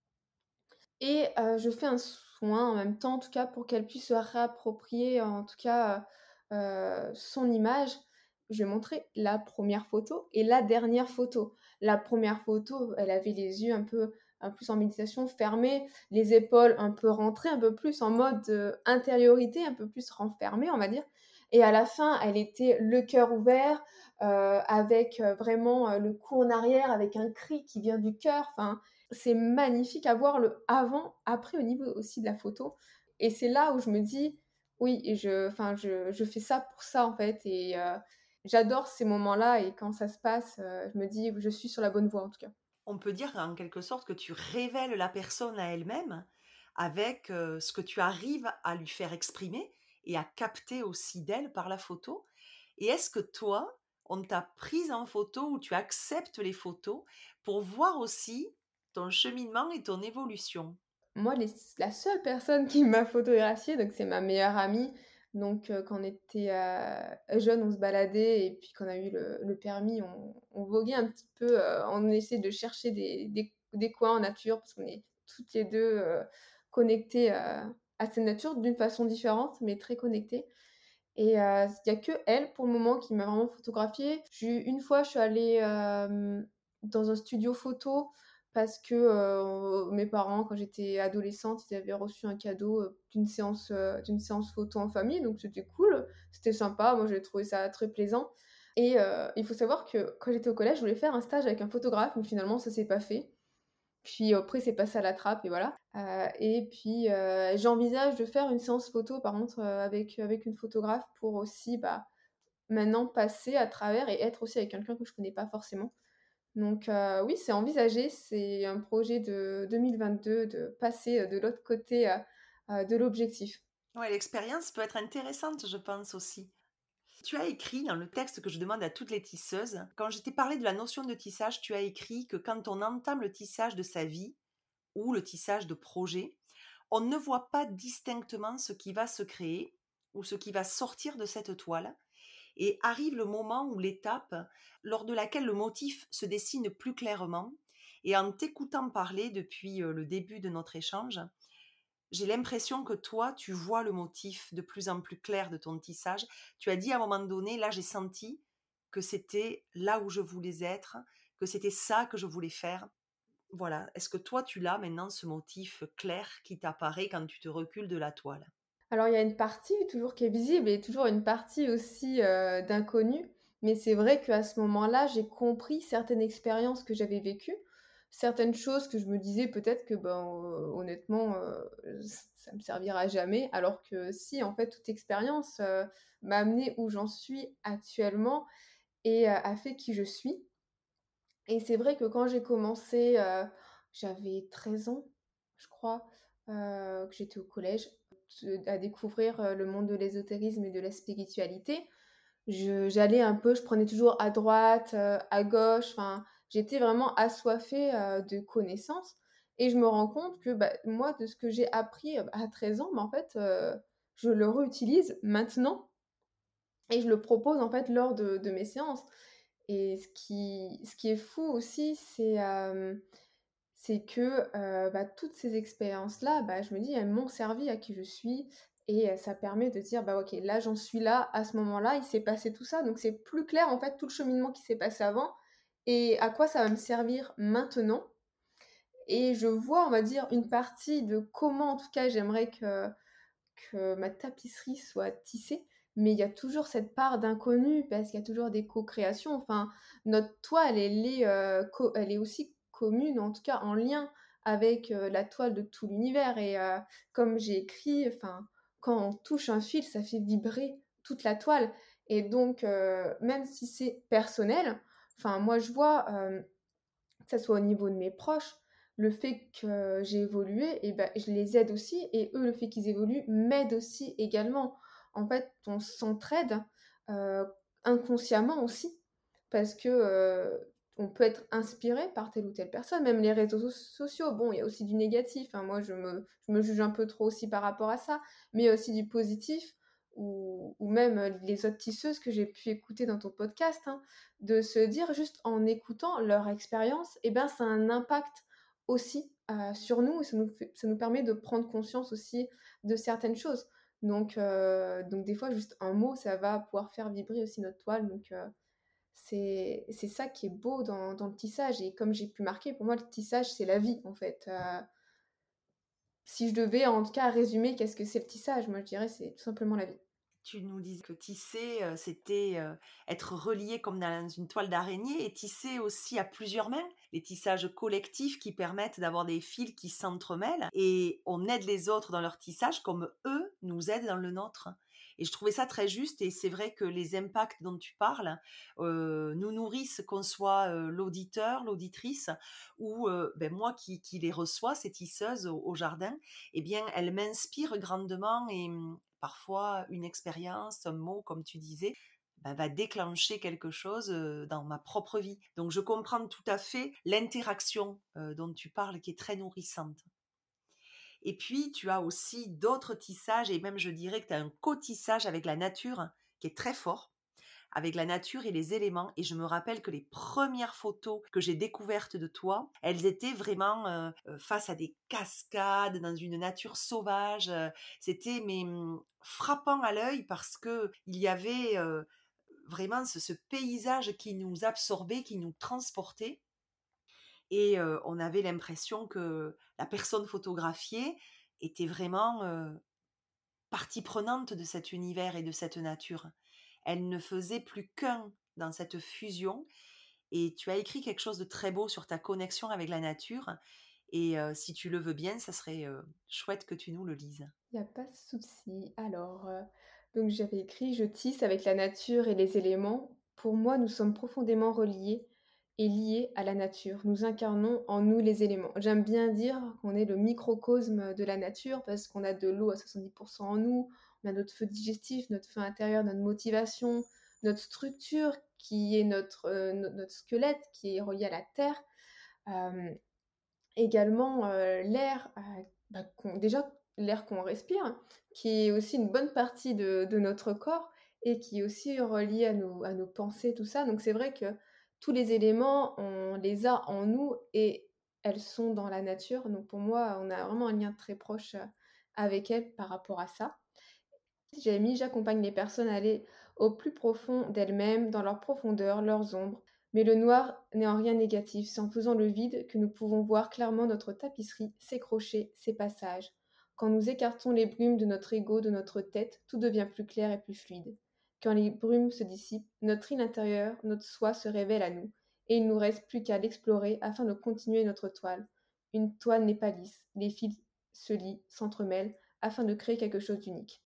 et heu, je fais un soin en même temps, en tout cas, pour qu'elle puisse se réapproprier, en tout cas, heu heu, son image. Je vais montrer la première photo et la dernière photo. La première photo, elle avait les yeux un peu un plus en méditation, fermés, les épaules un peu rentrées, un peu plus en mode, heu, intériorité, un peu plus renfermée, on va dire. et à la fin, elle était le cœur ouvert, heu, avec, heu, vraiment, heu, le cou en arrière, avec un cri qui vient du cœur. Enfin, c'est magnifique à voir le avant, après au niveau aussi de la photo et c'est là où je me dis: «Oui, et je enfin, je je fais ça pour ça, en fait» et heu, j'adore ces moments-là et quand ça se passe, heu, je me dis: «Je suis sur la bonne voie, en tout cas». On peut dire en quelque sorte que tu révèles la personne à elle-même avec, heu, ce que tu arrives à lui faire exprimer et à capter aussi d'elle par la photo. Et est-ce que toi, on t'a prise en photo ou tu acceptes les photos pour voir aussi ton cheminement et ton évolution? Moi, les la seule personne qui m'a photographiée, donc c'est ma meilleure amie. Donc, heu, quand on était, heu, jeunes, on se baladait et puis quand on a eu le le permis, on on voguait un petit peu, heu, on essayait de chercher des des des coins en nature parce qu'on est toutes les deux heu, connectées, heu, à cette nature d'une façon différente, mais très connectées. Et heu, il y a que elle, pour le moment, qui m'a vraiment photographiée. J'ai une fois, je suis allée, hem, dans un studio photo parce que, heu, mes parents, quand j'étais adolescente, ils avaient reçu un cadeau, heu, d'une séance, heu, d'une séance photo en famille, donc c'était cool, c'était sympa. Moi, j'ai trouvé ça très plaisant et heu, il faut savoir que quand j'étais au collège, je voulais faire un stage avec un photographe, mais finalement, ça s'est pas fait. Puis après, c'est passé à la trappe et voilà. Heu et puis, heu, j'envisage de faire une séance photo par contre, heu, avec avec une photographe pour aussi, bah, maintenant passer à travers et être aussi avec quelqu'un que je connais pas forcément. Donc heu, oui, c'est envisagé, c'est un projet de deux mille vingt-deux de passer, heu, de l'autre côté, heu heu, de l'objectif. Ouais, l'expérience peut être intéressante, je pense aussi. Tu as écrit dans le texte que je demande à toutes les tisseuses, quand je t'ai parlé de la notion de tissage, tu as écrit que quand on entame le tissage de sa vie ou le tissage de projet, on ne voit pas distinctement ce qui va se créer ou ce qui va sortir de cette toile. Et arrive le moment ou l'étape lors de laquelle le motif se dessine plus clairement. Et en t'écoutant parler depuis euh, le début de notre échange, j'ai l'impression que toi, tu vois le motif de plus en plus clair de ton tissage. Tu as dit à un moment donné, là, j'ai senti que c'était là où je voulais être, que c'était ça que je voulais faire. Voilà. Est-ce que toi, tu l'as maintenant, ce motif clair qui t'apparaît quand tu te recules de la toile? Alors il y a une partie toujours qui est visible et toujours une partie aussi, heu, d'inconnu. Mais c'est vrai qu'à ce moment-là, j'ai compris certaines expériences que j'avais vécues, certaines choses que je me disais peut-être que, ben, heu, honnêtement, heu, ç ça me servira jamais. Alors que si, en fait, toute expérience, heu, m'a amenée où j'en suis actuellement et heu, a fait qui je suis. Et c'est vrai que quand j'ai commencé, heu, j'avais treize ans, je crois, heu, que j'étais au collège, te à découvrir, heu, le monde de l'ésotérisme et de la spiritualité. Je j'allais un peu je prenais toujours à droite, heu, à gauche, enfin, j'étais vraiment assoiffée, heu, de connaissances et je me rends compte que, bah, moi, de ce que j'ai appris, heu, à treize ans, bah, en fait, heu, je le réutilise maintenant et je le propose, en fait, lors de de mes séances. Et ce qui ce qui est fou aussi, c'est, hem, c'est que, heu, bah, toutes ces expériences-là, bah, je me dis: «Elles m'ont servi à qui je suis» et heu, ça permet de dire: «Bah, OK, là, j'en suis là, à ce moment-là, il s'est passé tout ça». Donc c'est plus clair, en fait, tout le cheminement qui s'est passé avant et à quoi ça va me servir maintenant et je vois, on va dire, une partie de comment, en tout cas, j'aimerais que que ma tapisserie soit tissée, mais il y a toujours cette part d'inconnu parce qu'il y a toujours des co-créations. Enfin, notre toile, elle est, heu, co elle est aussi commune, en tout cas en lien avec, heu, la toile de tout l'univers et heu, comme j'ai écrit, enfin, quand on touche un fil, ça fait vibrer toute la toile et donc heu, même si c'est personnel, enfin moi je vois, hem que ça soit au niveau de mes proches, le fait que j'ai évolué et ben je les aide aussi et eux, le fait qu'ils évoluent m'aide aussi également. En fait, on s'entraide, heu, inconsciemment aussi parce que, heu, on peut être inspiré par telle ou telle personne, même les réseaux so sociaux. Bon, il y a aussi du négatif, hein, moi je me je me juge un peu trop aussi par rapport à ça, mais il y a aussi du positif ou ou même, heu, les autres tisseuses que j'ai pu écouter dans ton podcast, hein, de se dire juste en écoutant leur expérience et ben, ça a un impact aussi, heu, sur nous et ça nous fait ça nous permet de prendre conscience aussi de certaines choses. Donc heu, donc des fois juste un mot, ça va pouvoir faire vibrer aussi notre toile donc heu, c'est c'est ça qui est beau dans dans le tissage et comme j'ai pu marquer, pour moi le tissage c'est la vie en fait, heu, si je devais en tout cas résumer qu'est-ce que c'est le tissage, moi je dirais c'est tout simplement la vie. Tu nous disais que tisser, heu, c'était, heu, être relié comme dans une toile d'araignée et tisser aussi à plusieurs mains. Les tissages collectifs qui permettent d'avoir des fils qui s'entremêlent et on aide les autres dans leur tissage comme eux nous aident dans le nôtre. Et je trouvais ça très juste et c'est vrai que les impacts dont tu parles, heu, nous nourrissent, qu'on soit, heu, l'auditeur, l'auditrice ou, heu, beh, moi qui qui les reçois, ces tisseuses au au jardin, eh bien, elles m'inspirent grandement et mmh, parfois une expérience, un mot, comme tu disais, bah, va déclencher quelque chose, heu, dans ma propre vie. Donc je comprends tout à fait l'interaction, heu, dont tu parles qui est très nourrissante. Et puis tu as aussi d'autres tissages et même je dirais que tu as un cotissage avec la nature qui est très fort, avec la nature et les éléments. Et je me rappelle que les premières photos que j'ai découvertes de toi, elles étaient vraiment euh, euh, face à des cascades, dans une nature sauvage. euh, C'était mais hum, frappant à l'œil parce que il y avait euh, vraiment ce, ce paysage qui nous absorbait, qui nous transportait. Et euh, on avait l'impression que la personne photographiée était vraiment euh, partie prenante de cet univers et de cette nature. Elle ne faisait plus qu'un dans cette fusion. Et tu as écrit quelque chose de très beau sur ta connexion avec la nature. Et euh, si tu le veux bien, ça serait euh, chouette que tu nous le lises. Il y a pas de souci. Alors, heu, donc j'avais écrit: «Je tisse avec la nature et les éléments. Pour moi, nous sommes profondément reliés et liés à la nature. Nous incarnons en nous les éléments». J'aime bien dire qu'on est le microcosme de la nature parce qu'on a de l'eau à soixante-dix en nous, on a notre feu digestif, notre feu intérieur, notre motivation, notre structure qui est notre, heu, no notre squelette qui est relié à la terre. Hem Également, heu, l'air, heu, bah, qu'on déjà l'air qu'on respire, qui est aussi une bonne partie de de notre corps et qui est aussi relié à nos à nos pensées, tout ça. Donc c'est vrai que tous les éléments, on les a en nous et elles sont dans la nature. Donc pour moi, on a vraiment un lien très proche, heu, avec elles par rapport à ça. J'ai mis: «J'accompagne les personnes à aller au plus profond d'elles-mêmes, dans leurs profondeurs, leurs ombres. Mais le noir n'est en rien négatif, c'est en faisant le vide que nous pouvons voir clairement notre tapisserie, ses crochets, ses passages. Quand nous écartons les brumes de notre ego, de notre tête, tout devient plus clair et plus fluide. Quand les brumes se dissipent, notre île intérieure, notre soi se révèle à nous, et il ne nous reste plus qu'à l'explorer afin de continuer notre toile. Une toile n'est pas lisse, les fils se lient, s'entremêlent, afin de créer quelque chose d'unique.»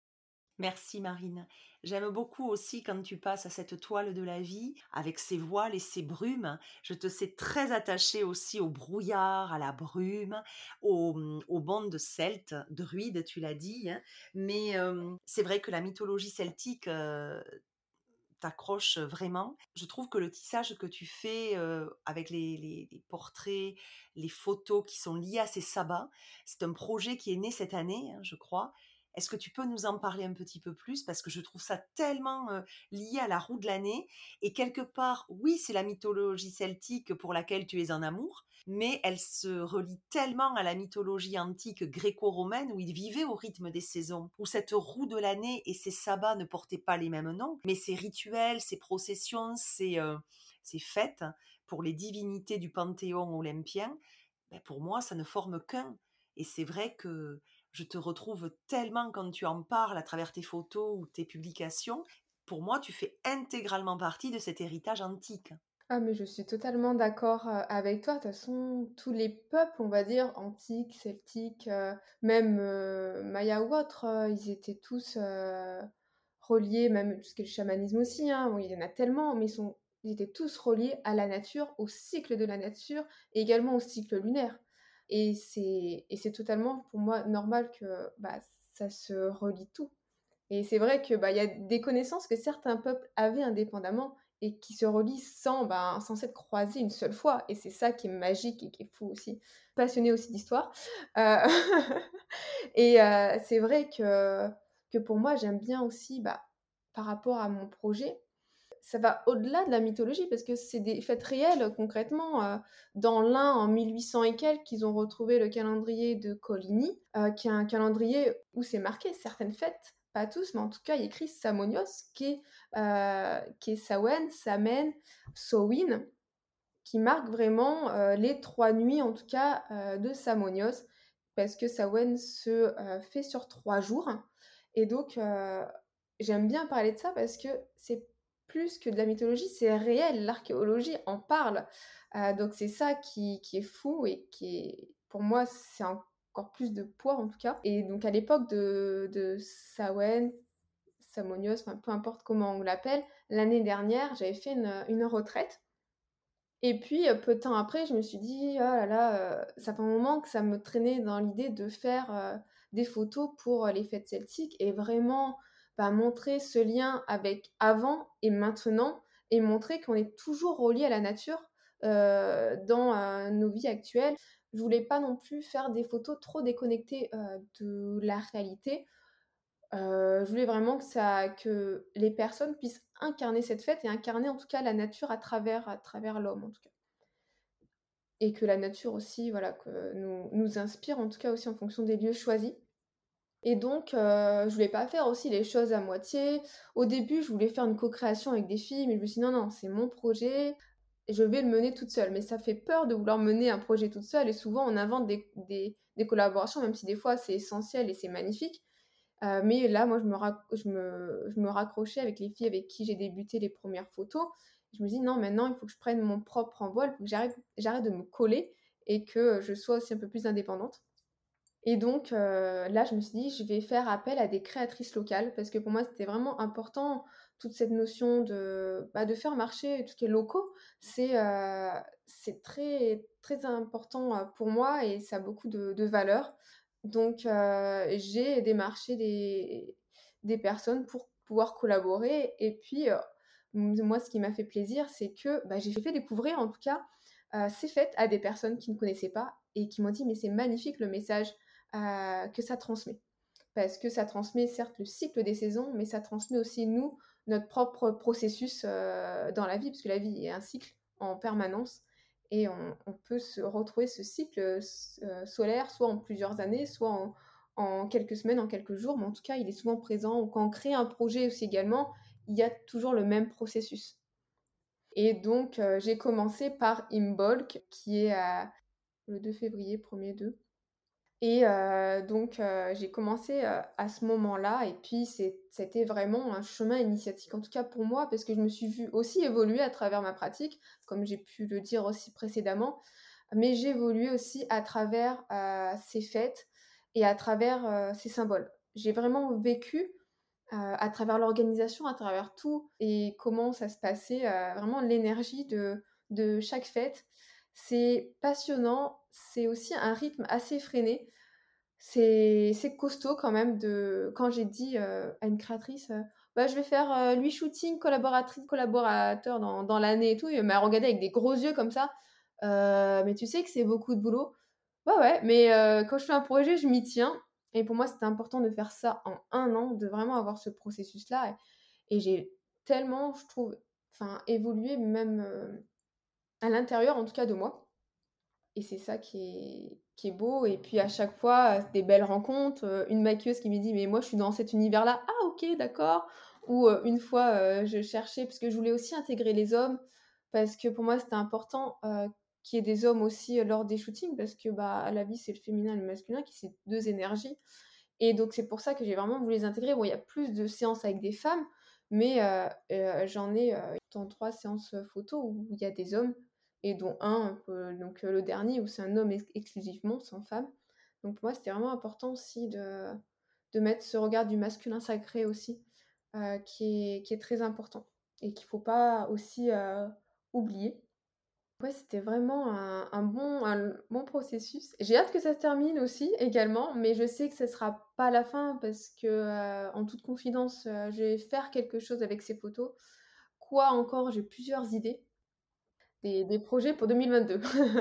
Merci Marine. J'aime beaucoup aussi quand tu passes à cette toile de la vie avec ses voiles et ses brumes. Je te sais très attachée aussi au brouillard, à la brume, aux, aux bandes celtes, druides, tu l'as dit. Hein. Mais euh, c'est vrai que la mythologie celtique euh, t'accroche vraiment. Je trouve que le tissage que tu fais euh, avec les, les- les portraits, les photos qui sont liées à ces sabbats, c'est un projet qui est né cette année, hein, je crois. Est-ce que tu peux nous en parler un petit peu plus? Parce que je trouve ça tellement euh, lié à la roue de l'année. Et quelque part, oui, c'est la mythologie celtique pour laquelle tu es en amour, mais elle se relie tellement à la mythologie antique gréco-romaine où ils vivaient au rythme des saisons, où cette roue de l'année et ces sabbats ne portaient pas les mêmes noms, mais ces rituels, ces processions, ces, euh, ces fêtes pour les divinités du panthéon olympien, ben pour moi, ça ne forme qu'un. Et c'est vrai que je te retrouve tellement quand tu en parles à travers tes photos ou tes publications. Pour moi, tu fais intégralement partie de cet héritage antique. Ah mais je suis totalement d'accord, heu, avec toi. De toute façon, tous les peuples, on va dire, antiques, celtiques, heu, même, heu, mayas ou autres, heu, ils étaient tous, heu, reliés, même tout ce qui est le chamanisme aussi, hein, bon, il y en a tellement, mais ils sont ils étaient tous reliés à la nature, au cycle de la nature et également au cycle lunaire et c'est et c'est totalement pour moi normal que, bah, ça se relie tout. Et c'est vrai que, bah, il y a des connaissances que certains peuples avaient indépendamment et qui se relient sans, ben, sans s'être croisés une seule fois et c'est ça qui est magique et qui est fou aussi. Passionnée aussi d'histoire, heu et heu, c'est vrai que que pour moi, j'aime bien aussi, bah, par rapport à mon projet, ça va au-delà de la mythologie parce que c'est des faits réels concrètement, heu, dans l'Ain en mille huit cents et quelques, ils ont retrouvé le calendrier de Coligny, heu, qui est un calendrier où c'est marqué certaines fêtes, pas tous, mais en tout cas il y a écrit Samonios qui est, heu, qui est Samhain, Samen, Samhain, qui marque vraiment, heu, les trois nuits en tout cas, heu, de Samonios parce que Samhain se, heu, fait sur trois jours et donc heu j'aime bien parler de ça parce que c'est plus que de la mythologie, c'est réel, l'archéologie en parle. Heu, donc c'est ça qui qui est fou et qui est pour moi, c'est encore plus de poids en tout cas et donc à l'époque de de Samhain, Samonios, enfin peu importe comment on l'appelle, l'année dernière, j'avais fait une, une retraite et puis, heu, peu de temps après, je me suis dit: «Oh là là, heu, ça fait un moment que ça me traînait dans l'idée de faire, heu, des photos pour, heu, les fêtes celtiques et vraiment, bah, montrer ce lien avec avant et maintenant et montrer qu'on est toujours relié à la nature, heu, dans, heu, nos vies actuelles». Je voulais pas non plus faire des photos trop déconnectées, heu, de la réalité. Heu, je voulais vraiment que ça que les personnes puissent incarner cette fête et incarner en tout cas la nature à travers à travers l'homme en tout cas. Et que la nature aussi, voilà, que nous nous inspire, en tout cas aussi en fonction des lieux choisis. Et donc, heu, je voulais pas faire aussi les choses à moitié. Au début, je voulais faire une co-création avec des filles, mais je me suis dit: «Non, non, c'est mon projet, je vais le mener toute seule». Mais ça fait peur de vouloir mener un projet toute seule et souvent on invente des des des collaborations, même si des fois c'est essentiel et c'est magnifique. Heu, mais là, moi, je me rac je me je me raccrochais avec les filles avec qui j'ai débuté les premières photos. Je me dis: «Non, maintenant, il faut que je prenne mon propre envol, il faut que j'arrête j'arrête de me coller et que, je sois aussi un peu plus indépendante». Et donc, heu, là, je me suis dit: «Je vais faire appel à des créatrices locales» parce que pour moi, c'était vraiment important, toute cette notion de, bah, de faire marcher tout ce qui est locaux. C'est, heu, c'est très, très important, heu, pour moi et ça a beaucoup de de valeur. Donc, heu, j'ai démarché des des personnes pour pouvoir collaborer et puis, heu, m moi, ce qui m'a fait plaisir, c'est que, bah, j'ai fait découvrir, en tout cas, heu, ces fêtes à des personnes qui ne connaissaient pas et qui m'ont dit: «Mais c'est magnifique le message heu, que ça transmet. Parce que ça transmet certes le cycle des saisons, mais ça transmet aussi nous, notre propre processus, heu, dans la vie, parce que la vie est un cycle en permanence et on on peut se retrouver ce cycle, heu, s heu, solaire, soit en plusieurs années, soit en en quelques semaines, en quelques jours, mais en tout cas, il est souvent présent ou quand on crée un projet aussi également, il y a toujours le même processus et donc heu, j'ai commencé par Imbolc qui est à le deux février, premier deux. Et heu, donc heu, j'ai commencé, heu, à ce moment-là et puis c'est c'était vraiment un chemin initiatique, en tout cas pour moi, parce que je me suis vue aussi évoluer à travers ma pratique, comme j'ai pu le dire aussi précédemment. Mais j'ai évolué aussi à travers, heu, ces fêtes et à travers, heu, ces symboles. J'ai vraiment vécu, heu, à travers l'organisation, à travers tout et comment ça se passait, heu, vraiment l'énergie de de chaque fête. C'est passionnant, c'est aussi un rythme assez effréné. C'est c'est costaud quand même de quand j'ai dit, heu, à une créatrice, heu: «Bah, je vais faire, heu, huit shootings collaboratrices collaborateurs dans dans l'année et tout», et elle m'a regardée avec des gros yeux comme ça: «Heu, mais tu sais que c'est beaucoup de boulot?» «Ouais, ouais, mais heu, quand je fais un projet, je m'y tiens» et pour moi, c'était important de faire ça en un an, de vraiment avoir ce processus-là et et j'ai tellement, je trouve, enfin, évolué même, heu, à l'intérieur en tout cas de moi. Et c'est ça qui est qui est beau et puis à chaque fois, heu, des belles rencontres, heu, une maquilleuse qui me dit: «Mais moi je suis dans cet univers-là». «Ah OK, d'accord». Ou, heu, une fois, heu, je cherchais parce que je voulais aussi intégrer les hommes, parce que pour moi c'était important, heu, qu'il y ait des hommes aussi, heu, lors des shootings parce que, bah, la vie c'est le féminin et le masculin qui c'est deux énergies et donc c'est pour ça que j'ai vraiment voulu les intégrer. Bon, il y a plus de séances avec des femmes, mais heu heu, j'en ai, heu, dans trois séances, heu, photos où il y a des hommes et dont un, heu, donc heu, le dernier où c'est un homme ex exclusivement, sans femme. Donc pour moi, c'était vraiment important aussi de de mettre ce regard du masculin sacré aussi, heu, qui est qui est très important et qu'il faut pas aussi, heu, oublier. Ouais, c'était vraiment un un bon un bon processus. J'ai hâte que ça se termine aussi également, mais je sais que ce sera pas la fin parce que, heu, en toute confidence, heu, je vais faire quelque chose avec ces photos. Quoi encore? J'ai plusieurs idées, des des projets pour deux mille vingt-deux.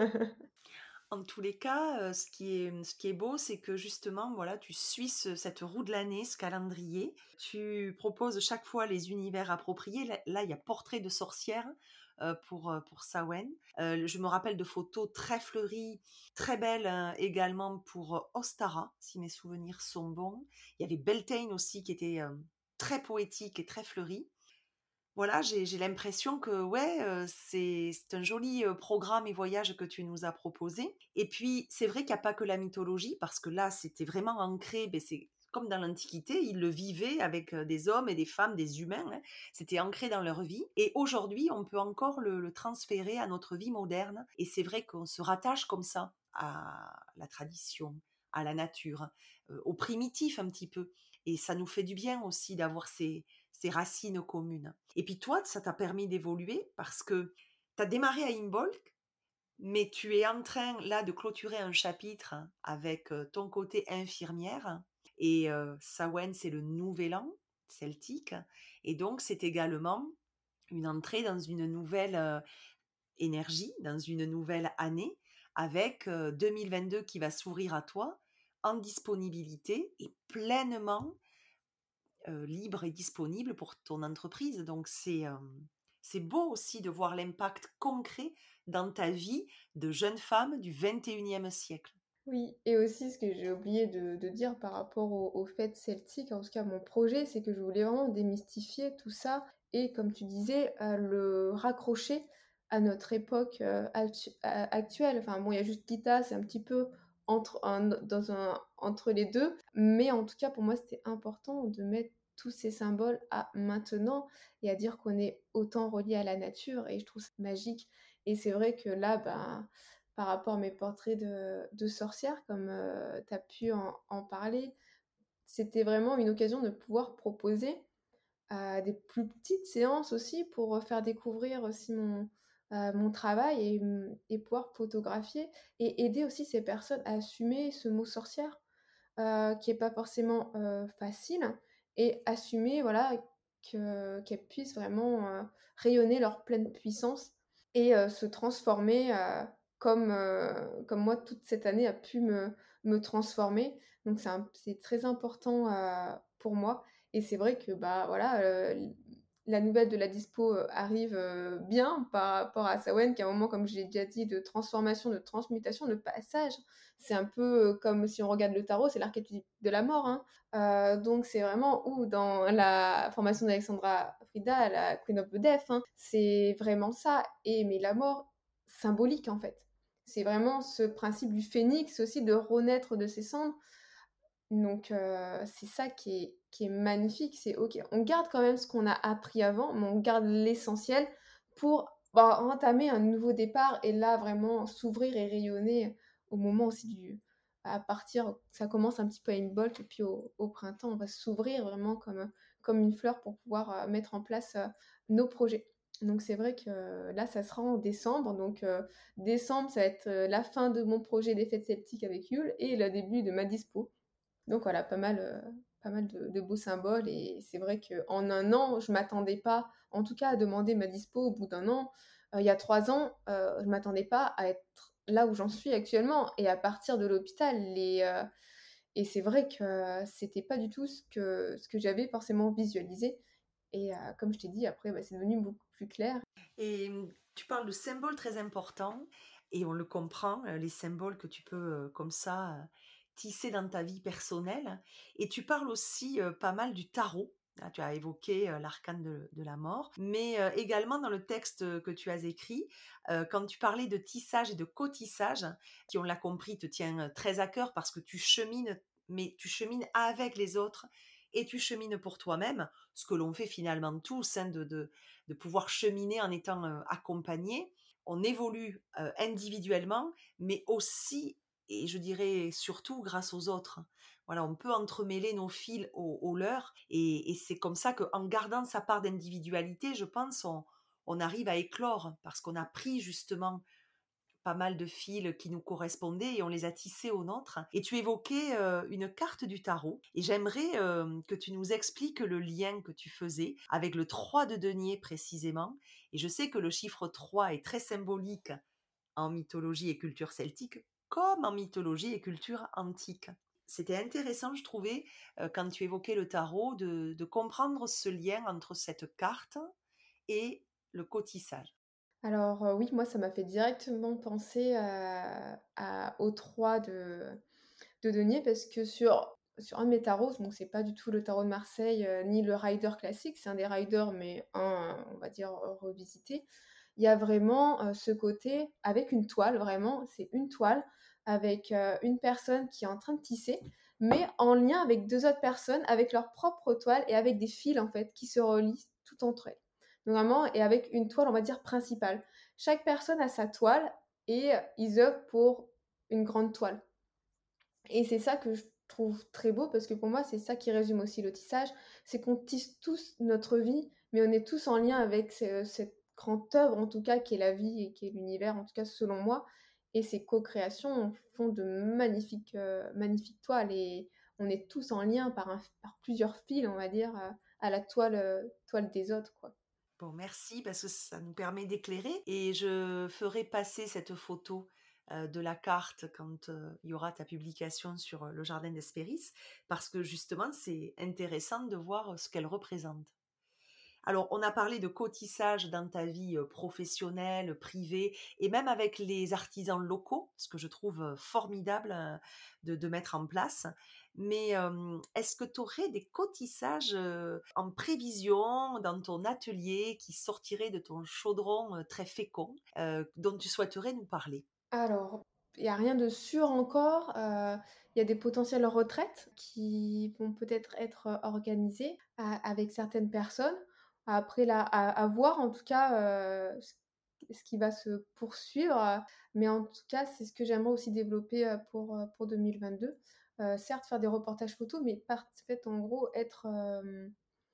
En tous les cas, heu, ce qui est, mmh, ce qui est beau, c'est que justement, voilà, tu suis ce cette roue de l'année, ce calendrier. Tu proposes chaque fois les univers appropriés. Là là, il y a portrait de sorcière, heu, pour, heu, pour Samhain. Heu, je me rappelle de photos très fleuries, très belles, heu, également pour, heu, Ostara, si mes souvenirs sont bons. Il y avait Beltane aussi qui était, hem, très poétique et très fleurie. Voilà, j'ai j'ai l'impression que ouais, heu, c'est c'est un joli, heu, programme et voyage que tu nous as proposé et puis c'est vrai qu'il y a pas que la mythologie parce que là, c'était vraiment ancré, beh, c'est comme dans l'Antiquité, ils le vivaient avec euh, des hommes et des femmes, des humains, hein. C'était ancré dans leur vie. Et aujourd'hui, on peut encore le, le transférer à notre vie moderne. Et c'est vrai qu'on se rattache comme ça à la tradition, à la nature, euh, au primitif un petit peu. Et ça nous fait du bien aussi d'avoir ces, ces racines communes. Et puis toi, ça t'a permis d'évoluer parce que tu as démarré à Imbolc, mais tu es en train là de clôturer un chapitre avec euh, ton côté infirmière. Et euh, Samhain, c'est le nouvel an celtique. Et donc, c'est également une entrée dans une nouvelle euh, énergie, dans une nouvelle année, avec euh, deux mille vingt-deux qui va s'ouvrir à toi en disponibilité et pleinement euh, libre et disponible pour ton entreprise. Donc, c'est euh, c'est beau aussi de voir l'impact concret dans ta vie de jeune femme du vingt et unième siècle. Oui, et aussi ce que j'ai oublié de, de dire par rapport au, aux fêtes celtiques, en tout cas mon projet, c'est que je voulais vraiment démystifier tout ça et, comme tu disais, euh, le raccrocher à notre époque euh, actu- euh, actuelle. Enfin bon, il y a juste Gita, c'est un petit peu entre, un- dans un, entre les deux, mais en tout cas pour moi c'était important de mettre tous ces symboles à maintenant et à dire qu'on est autant relié à la nature et je trouve ça magique. Et c'est vrai que là, ben par rapport à mes portraits de, de sorcières, comme tu as pu en, en parler, c'était vraiment une occasion de pouvoir proposer euh, des plus petites séances aussi pour faire découvrir aussi mon, euh, mon travail et, et pouvoir photographier et aider aussi ces personnes à assumer ce mot sorcière euh, qui n'est pas forcément euh, facile et assumer voilà, que, qu'elles puissent vraiment euh, rayonner leur pleine puissance et euh, se transformer euh, comme, euh, comme moi toute cette année a pu me, me transformer. Donc c'est, un- c'est très important euh, pour moi. Et c'est vrai que bah, voilà, euh, la nouvelle de la dispo euh, arrive euh, bien par rapport à Samhain, qui est un moment, comme j'ai déjà dit, de transformation, de transmutation, de passage. C'est un peu euh, comme si on regarde le tarot, c'est l'archétype de la mort, hein. Euh, donc c'est vraiment où dans la formation d'Alexandra Frida, la Queen of the Death, hein, c'est vraiment ça. Et mais la mort symbolique en fait. C'est vraiment ce principe du phénix aussi de renaître de ses cendres. Donc euh, c'est ça qui est, qui est magnifique. C'est ok, on garde quand même ce qu'on a appris avant, mais on garde l'essentiel pour bah, entamer un nouveau départ et là vraiment s'ouvrir et rayonner au moment aussi du à partir, ça commence un petit peu à une bolte et puis au, au printemps on va s'ouvrir vraiment comme, comme une fleur pour pouvoir euh, mettre en place euh, nos projets. Donc c'est vrai que euh, là ça sera en décembre, donc euh, décembre ça va être euh, la fin de mon projet des fêtes sceptiques avec Yule et le début de ma dispo. Donc voilà, pas mal, euh, pas mal de, de beaux symboles. Et c'est vrai qu'en un an, je ne m'attendais pas, en tout cas, à demander ma dispo au bout d'un an. Euh, il y a trois ans, euh, je ne m'attendais pas à être là où j'en suis actuellement et à partir de l'hôpital. Et, euh, et c'est vrai que c'était pas du tout ce que, ce que j'avais forcément visualisé. Et euh, comme je t'ai dit, après, bah, c'est devenu beaucoup plus clair. Et hum, tu parles de symboles très importants et on le comprend, euh, les symboles que tu peux euh, comme ça euh, tisser dans ta vie personnelle. Et tu parles aussi euh, pas mal du tarot. Là, tu as évoqué euh, l'arcane de, de la mort, mais euh, également dans le texte que tu as écrit, euh, quand tu parlais de tissage et de cotissage, qui on l'a compris te tient euh, très à cœur parce que tu chemines, mais tu chemines avec les autres et tu chemines pour toi-même, ce que l'on fait finalement tous, hein, de, de, de pouvoir cheminer en étant euh, accompagné. On évolue euh, individuellement, mais aussi, et je dirais surtout, grâce aux autres. Voilà, on peut entremêler nos fils aux, aux leurs, et, et c'est comme ça qu'en gardant sa part d'individualité, je pense, on, on arrive à éclore, parce qu'on a pris justement pas mal de fils qui nous correspondaient et on les a tissés aux nôtres. Et tu évoquais euh, une carte du tarot et j'aimerais euh, que tu nous expliques le lien que tu faisais avec le trois de denier précisément. Et je sais que le chiffre trois est très symbolique en mythologie et culture celtique comme en mythologie et culture antique. C'était intéressant, je trouvais, euh, quand tu évoquais le tarot, de, de comprendre ce lien entre cette carte et le cotissage. Alors euh, oui, moi, ça m'a fait directement penser à, à- aux trois de, de denier parce que sur, sur un de mes tarots, donc c'est pas du tout le tarot de Marseille euh, ni le rider classique, c'est un des riders mais un, on va dire, euh, revisité. Il y a vraiment euh, ce côté avec une toile, vraiment, c'est une toile avec euh, une personne qui est en train de tisser. mais en lien avec deux autres personnes, avec leur propre toile et avec des fils en fait qui se relient tout entre elles. Donc vraiment, et avec une toile, on va dire, principale. Chaque personne a sa toile et ils œuvrent pour une grande toile. Et c'est ça que je trouve très beau parce que pour moi, c'est ça qui résume aussi le tissage, c'est qu'on tisse tous notre vie, mais on est tous en lien avec ce- cette grande œuvre, en tout cas, qui est la vie et qui est l'univers, en tout cas selon moi. Et ces co-créations font de magnifiques, euh, magnifiques toiles et on est tous en lien par, un- par plusieurs fils, on va dire, euh, à la toile, euh, toile des autres, quoi. Bon, merci parce que ça nous permet d'éclairer et je ferai passer cette photo euh, de la carte quand euh, il y aura ta publication sur euh, le jardin d'Hespéris parce que justement c'est intéressant de voir ce qu'elle représente. Alors, on a parlé de cotissage dans ta vie euh, professionnelle, privée, et même avec les artisans locaux, ce que je trouve euh, formidable euh, de, de mettre en place. Mais euh, est-ce que tu aurais des cotissages euh, en prévision dans ton atelier qui sortiraient de ton chaudron euh, très fécond, euh, dont tu souhaiterais nous parler? Alors, il n'y a rien de sûr encore. euh, Il y a des potentielles retraites qui vont peut-être être euh, organisées a- avec certaines personnes. Après, là, à, à voir en tout cas euh, ce ce qui va se poursuivre. euh, Mais en tout cas, c'est ce que j'aimerais aussi développer euh, pour, euh, pour deux mille vingt-deux. Euh, certes, faire des reportages photos, mais par, fait, en gros, être euh,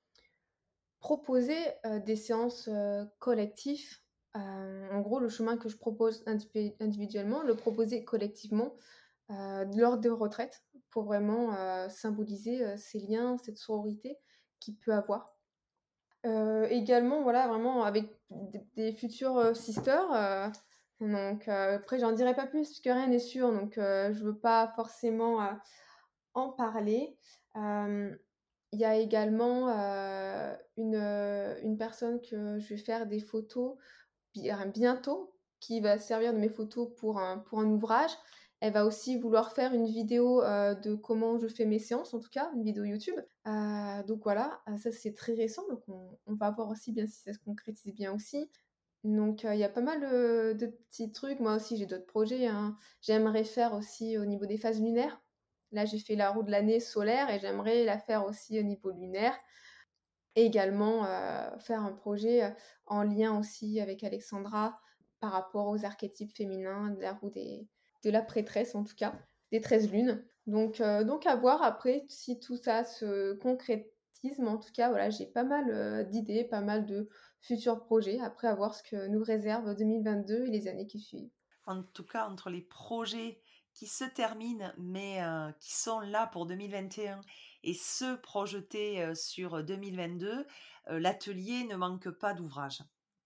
proposer euh, des séances euh, collectives. Euh, en gros, le chemin que je propose individu- individuellement, le proposer collectivement euh, lors de retraites pour vraiment euh, symboliser euh, ces liens, cette sororité qu'il peut avoir. Euh, également, voilà, vraiment avec d- des futurs euh, sisters. euh, donc, euh, après, j'en dirai pas plus parce que rien n'est sûr, donc euh, je veux pas forcément euh, en parler. Euh, il y a également euh, une, euh, une personne que je vais faire des photos bi- euh, bientôt, qui va servir de mes photos pour un, pour un ouvrage. Elle va aussi vouloir faire une vidéo euh, de comment je fais mes séances, en tout cas, une vidéo YouTube. Euh, donc voilà, euh, ça c'est très récent, donc on, on va voir aussi bien si ça se concrétise bien aussi. Donc euh, il y a pas mal euh, de petits trucs. Moi aussi j'ai d'autres projets, hein. J'aimerais faire aussi au niveau des phases lunaires. Là j'ai fait la roue de l'année solaire et j'aimerais la faire aussi au niveau lunaire. Et également euh, faire un projet euh, en lien aussi avec Alexandra par rapport aux archétypes féminins de la roue des, de la prêtresse en tout cas, des treize lunes. Donc, euh, donc à voir après si tout ça se concrétise, mais en tout cas voilà, j'ai pas mal euh, d'idées, pas mal de futurs projets, après à voir ce que nous réserve deux mille vingt-deux et les années qui suivent. En tout cas, entre les projets qui se terminent, mais euh, qui sont là pour deux mille vingt et un, et un, et ceux projetés euh, sur deux mille vingt-deux, euh, l'atelier ne manque pas d'ouvrages.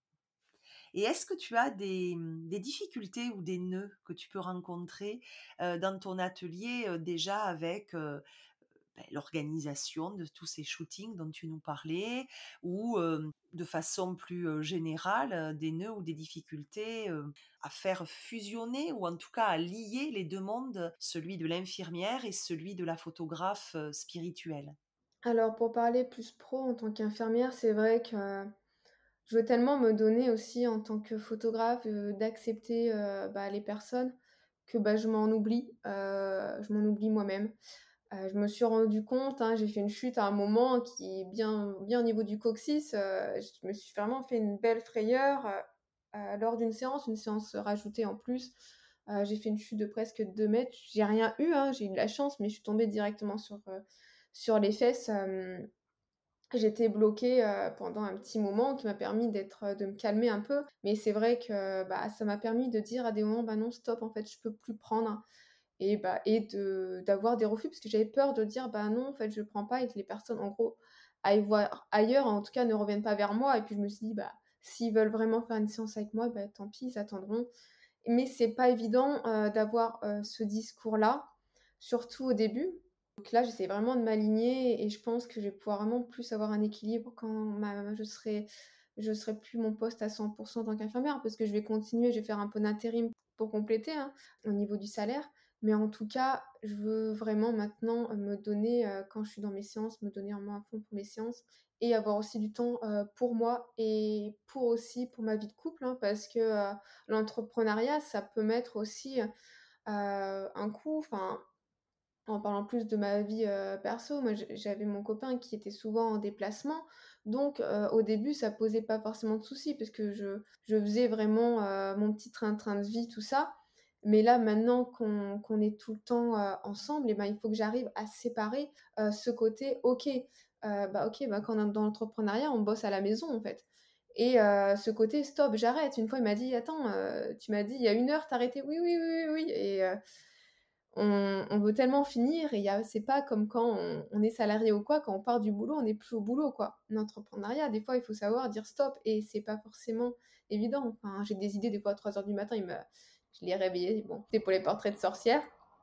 Et est-ce que tu as des, des difficultés ou des nœuds que tu peux rencontrer euh, dans ton atelier euh, déjà avec euh, ben, l'organisation de tous ces shootings dont tu nous parlais, ou euh, de façon plus euh, générale, euh, des nœuds ou des difficultés euh, à faire fusionner, ou en tout cas à lier les deux mondes, celui de l'infirmière et celui de la photographe euh, spirituelle. Alors pour parler plus pro en tant qu'infirmière, c'est vrai que euh, je veux tellement me donner aussi en tant que photographe euh, d'accepter euh, bah, les personnes que bah, je m'en oublie, euh, je m'en oublie moi-même. Euh, je me suis rendu compte, hein, j'ai fait une chute à un moment qui est bien, bien au niveau du coccyx. Euh, je me suis vraiment fait une belle frayeur euh, euh, lors d'une séance, une séance rajoutée en plus. Euh, j'ai fait une chute de presque deux mètres. J'ai rien eu, hein, j'ai eu de la chance, mais je suis tombée directement sur, euh, sur les fesses. Euh, J'étais bloquée euh, pendant un petit moment qui m'a permis d'être, euh, de me calmer un peu. Mais c'est vrai que bah, ça m'a permis de dire à des moments, bah non, stop, en fait, je peux plus prendre. Et, bah, et de, d'avoir des refus, parce que j'avais peur de dire, bah non, en fait, je prends pas et que les personnes, en gros, aillent voir ailleurs, en tout cas, ne reviennent pas vers moi. Et puis je me suis dit, bah, s'ils veulent vraiment faire une séance avec moi, bah, tant pis, ils attendront. Mais c'est pas évident euh, d'avoir euh, ce discours-là, surtout au début. Donc là, j'essaie vraiment de m'aligner et je pense que je vais pouvoir vraiment plus avoir un équilibre quand ma, je serai, je serai plus mon poste à cent pour cent en tant qu'infirmière, parce que je vais continuer, je vais faire un peu d'intérim pour compléter hein, au niveau du salaire. Mais en tout cas, je veux vraiment maintenant me donner, euh, quand je suis dans mes séances, me donner en main à fond pour mes séances et avoir aussi du temps euh, pour moi et pour aussi pour ma vie de couple, hein, parce que euh, l'entrepreneuriat, ça peut mettre aussi euh, un coup. Enfin, En parlant plus de ma vie, heu, perso, moi j j'avais mon copain qui était souvent en déplacement, donc heu, au début ça posait pas forcément de soucis parce que je je faisais vraiment, heu, mon petit train-train de vie, tout ça. Mais là maintenant qu'on qu'on est tout le temps, heu, ensemble et ben, il faut que j'arrive à séparer, heu, ce côté OK, heu, bah, OK, bah, quand on est dans l'entrepreneuriat, on bosse à la maison, en fait et heu, ce côté: «Stop, j'arrête». Une fois, il m'a dit: «Attends, heu, tu m'as dit il y a une heure, tu arrêté?» «Oui, oui, oui, oui, oui» et heu on on veut tellement finir et il y a c'est pas comme quand on on est salarié ou quoi, quand on part du boulot, on n'est plus au boulot, quoi. L'entrepreneuriat, des fois, il faut savoir dire stop et c'est pas forcément évident. Enfin, j'ai des idées, des fois, à trois heures du matin, il me je l'ai réveillé, bon, c'était pour les portraits de sorcières.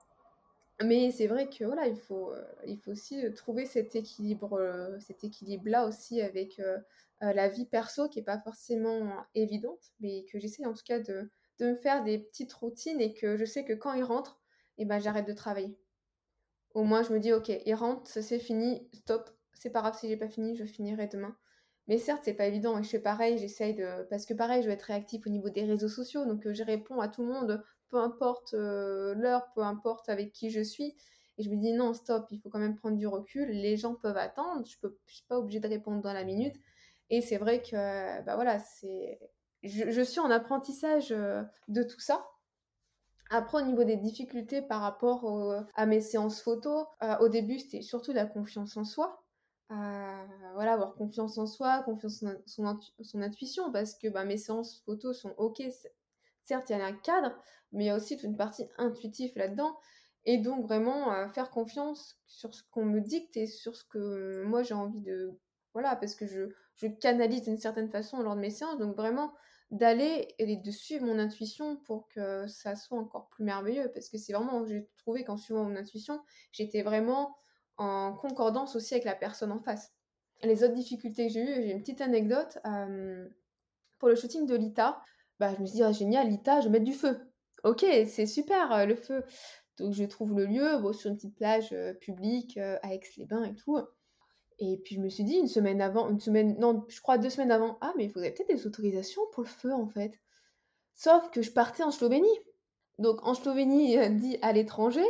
Mais c'est vrai que voilà, il faut, heu, il faut aussi, heu, trouver cet équilibre, heu, cet équilibre-là aussi avec, heu heu, la vie perso qui est pas forcément évidente, mais que j'essaie en tout cas de de me faire des petites routines et que je sais que quand il rentre et ben, j'arrête de travailler. Au moins, je me dis: «OK, il rentre, ça c'est fini, stop, c'est pas grave si j'ai pas fini, je finirai demain». Mais certes, c'est pas évident et je fais pareil, j'essaye de parce que pareil, je vais être réactif au niveau des réseaux sociaux, donc heu, je réponds à tout le monde, peu importe, heu, l'heure, peu importe avec qui je suis et je me dis: «Non, stop, il faut quand même prendre du recul, les gens peuvent attendre, je peux je suis pas obligée de répondre dans la minute» et c'est vrai que, bah, voilà, c'est je je suis en apprentissage, heu, de tout ça. Après, au niveau des difficultés par rapport au à mes séances photos, heu, au début, c'était surtout la confiance en soi. Heu, voilà, avoir confiance en soi, confiance en son intu son intuition parce que, bah, mes séances photos sont OK, c certes, il y a un cadre, mais il y a aussi toute une partie intuitive là-dedans et donc vraiment, heu, faire confiance sur ce qu'on me dicte et sur ce que moi j'ai envie de voilà, parce que je je canalise d'une certaine façon lors de mes séances, donc vraiment d'aller et de suivre mon intuition pour que ça soit encore plus merveilleux. Parce que c'est vraiment j'ai trouvé qu'en suivant mon intuition, j'étais vraiment en concordance aussi avec la personne en face. Les autres difficultés que j'ai eues, j'ai une petite anecdote, hem, pour le shooting de Lita, bah, je me suis dit: «Ah génial Lita, je vais mettre du feu». OK, c'est super, heu, le feu. Donc je trouve le lieu, bon sur une petite plage, heu, publique, heu, à Aix-les-Bains et tout. Et puis je me suis dit une semaine avant une semaine non, je crois deux semaines avant: «Ah mais il faudrait peut-être des autorisations pour le feu, en fait». Sauf que je partais en Slovénie. Donc en Slovénie, heu, dit à l'étranger.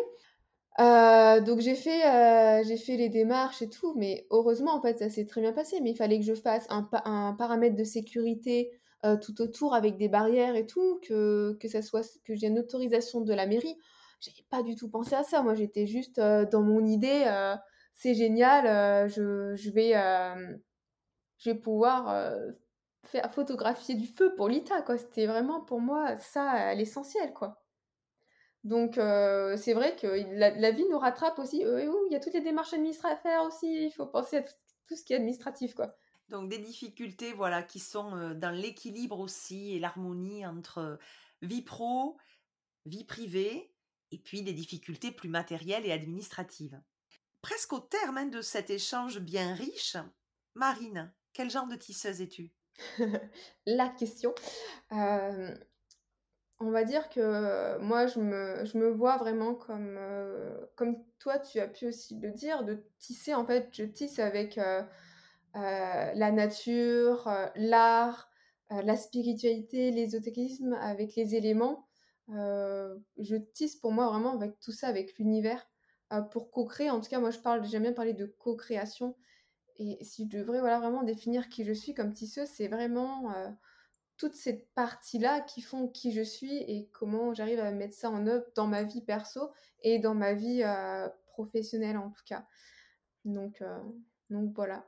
Heu, donc j'ai fait, heu, j'ai fait les démarches et tout, mais heureusement, en fait, ça s'est très bien passé. Mais il fallait que je fasse un pa un paramètre de sécurité, heu, tout autour avec des barrières et tout, que que ça soit que j'ai une autorisation de la mairie. J'avais pas du tout pensé à ça. Moi, j'étais juste, heu, dans mon idée, heu, c'est génial, heu, je je vais, hem, je vais pouvoir, heu, faire photographier du feu pour l'I T A, quoi. C'était vraiment pour moi ça, heu, l'essentiel, quoi. Donc heu, c'est vrai que la la vie nous rattrape aussi, heu, et ouh, il y a toutes les démarches administratives à faire aussi, il faut penser à tout tout ce qui est administratif, quoi. Donc des difficultés, voilà, qui sont, heu, dans l'équilibre aussi et l'harmonie entre, heu, vie pro, vie privée et puis des difficultés plus matérielles et administratives. Presque au terme, hein, de cet échange bien riche, Marine, quel genre de tisseuse es-tu? La question, hem, on va dire que moi je me je me vois vraiment comme, heu, comme toi tu as pu aussi le dire, de tisser en fait, je tisse avec, heu heu, la nature, heu, l'art, heu, la spiritualité, l'ésotérisme, avec les éléments. Heu, je tisse pour moi vraiment avec tout ça, avec l'univers, heu, pour co-créer. En tout cas, moi je parle j'aime bien parler de co-création et si je devrais, voilà, vraiment définir qui je suis comme tisseuse, c'est vraiment, heu, toute cette partie-là qui font qui je suis et comment j'arrive à mettre ça en œuvre dans ma vie perso et dans ma vie, heu, professionnelle en tout cas. Donc heu, donc voilà.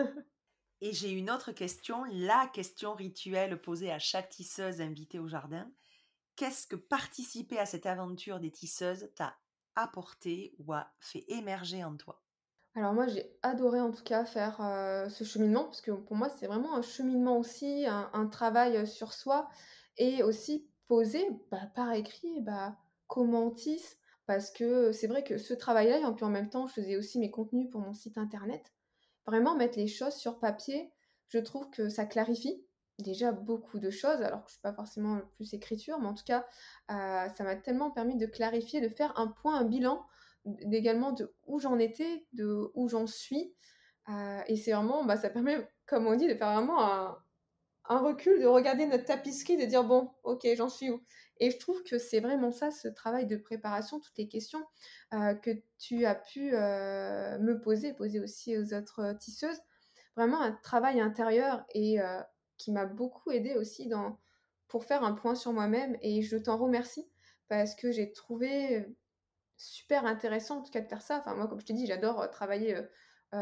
Et j'ai une autre question, la question rituelle posée à chaque tisseuse invitée au jardin. Qu'est-ce que participer à cette aventure des tisseuses t'a apporté ou a fait émerger en toi? Alors moi, j'ai adoré en tout cas faire, heu, ce cheminement parce que pour moi, c'est vraiment un cheminement aussi, un un travail, heu, sur soi et aussi poser, bah, par écrit, bah, comment on tisse. Parce que c'est vrai que ce travail-là et puis en même temps, je faisais aussi mes contenus pour mon site internet. Vraiment mettre les choses sur papier, je trouve que ça clarifie déjà beaucoup de choses, alors que je suis pas forcément le plus écriture, mais en tout cas, heu, ça m'a tellement permis de clarifier, de faire un point, un bilan d également de où j'en étais, de où j'en suis, heu et c'est vraiment, bah, ça permet, comme on dit, de faire vraiment un un recul, de regarder notre tapisserie, de dire: «Bon, OK, j'en suis où?» Et je trouve que c'est vraiment ça, ce travail de préparation, toutes les questions, heu, que tu as pu, heu, me poser, poser aussi aux autres, heu, tisseuses. Vraiment un travail intérieur et heu, qui m'a beaucoup aidée aussi dans pour faire un point sur moi-même et je t'en remercie parce que j'ai trouvé, super intéressant en tout cas de faire ça. Enfin moi, comme je t'ai dit, j'adore, heu, travailler, heu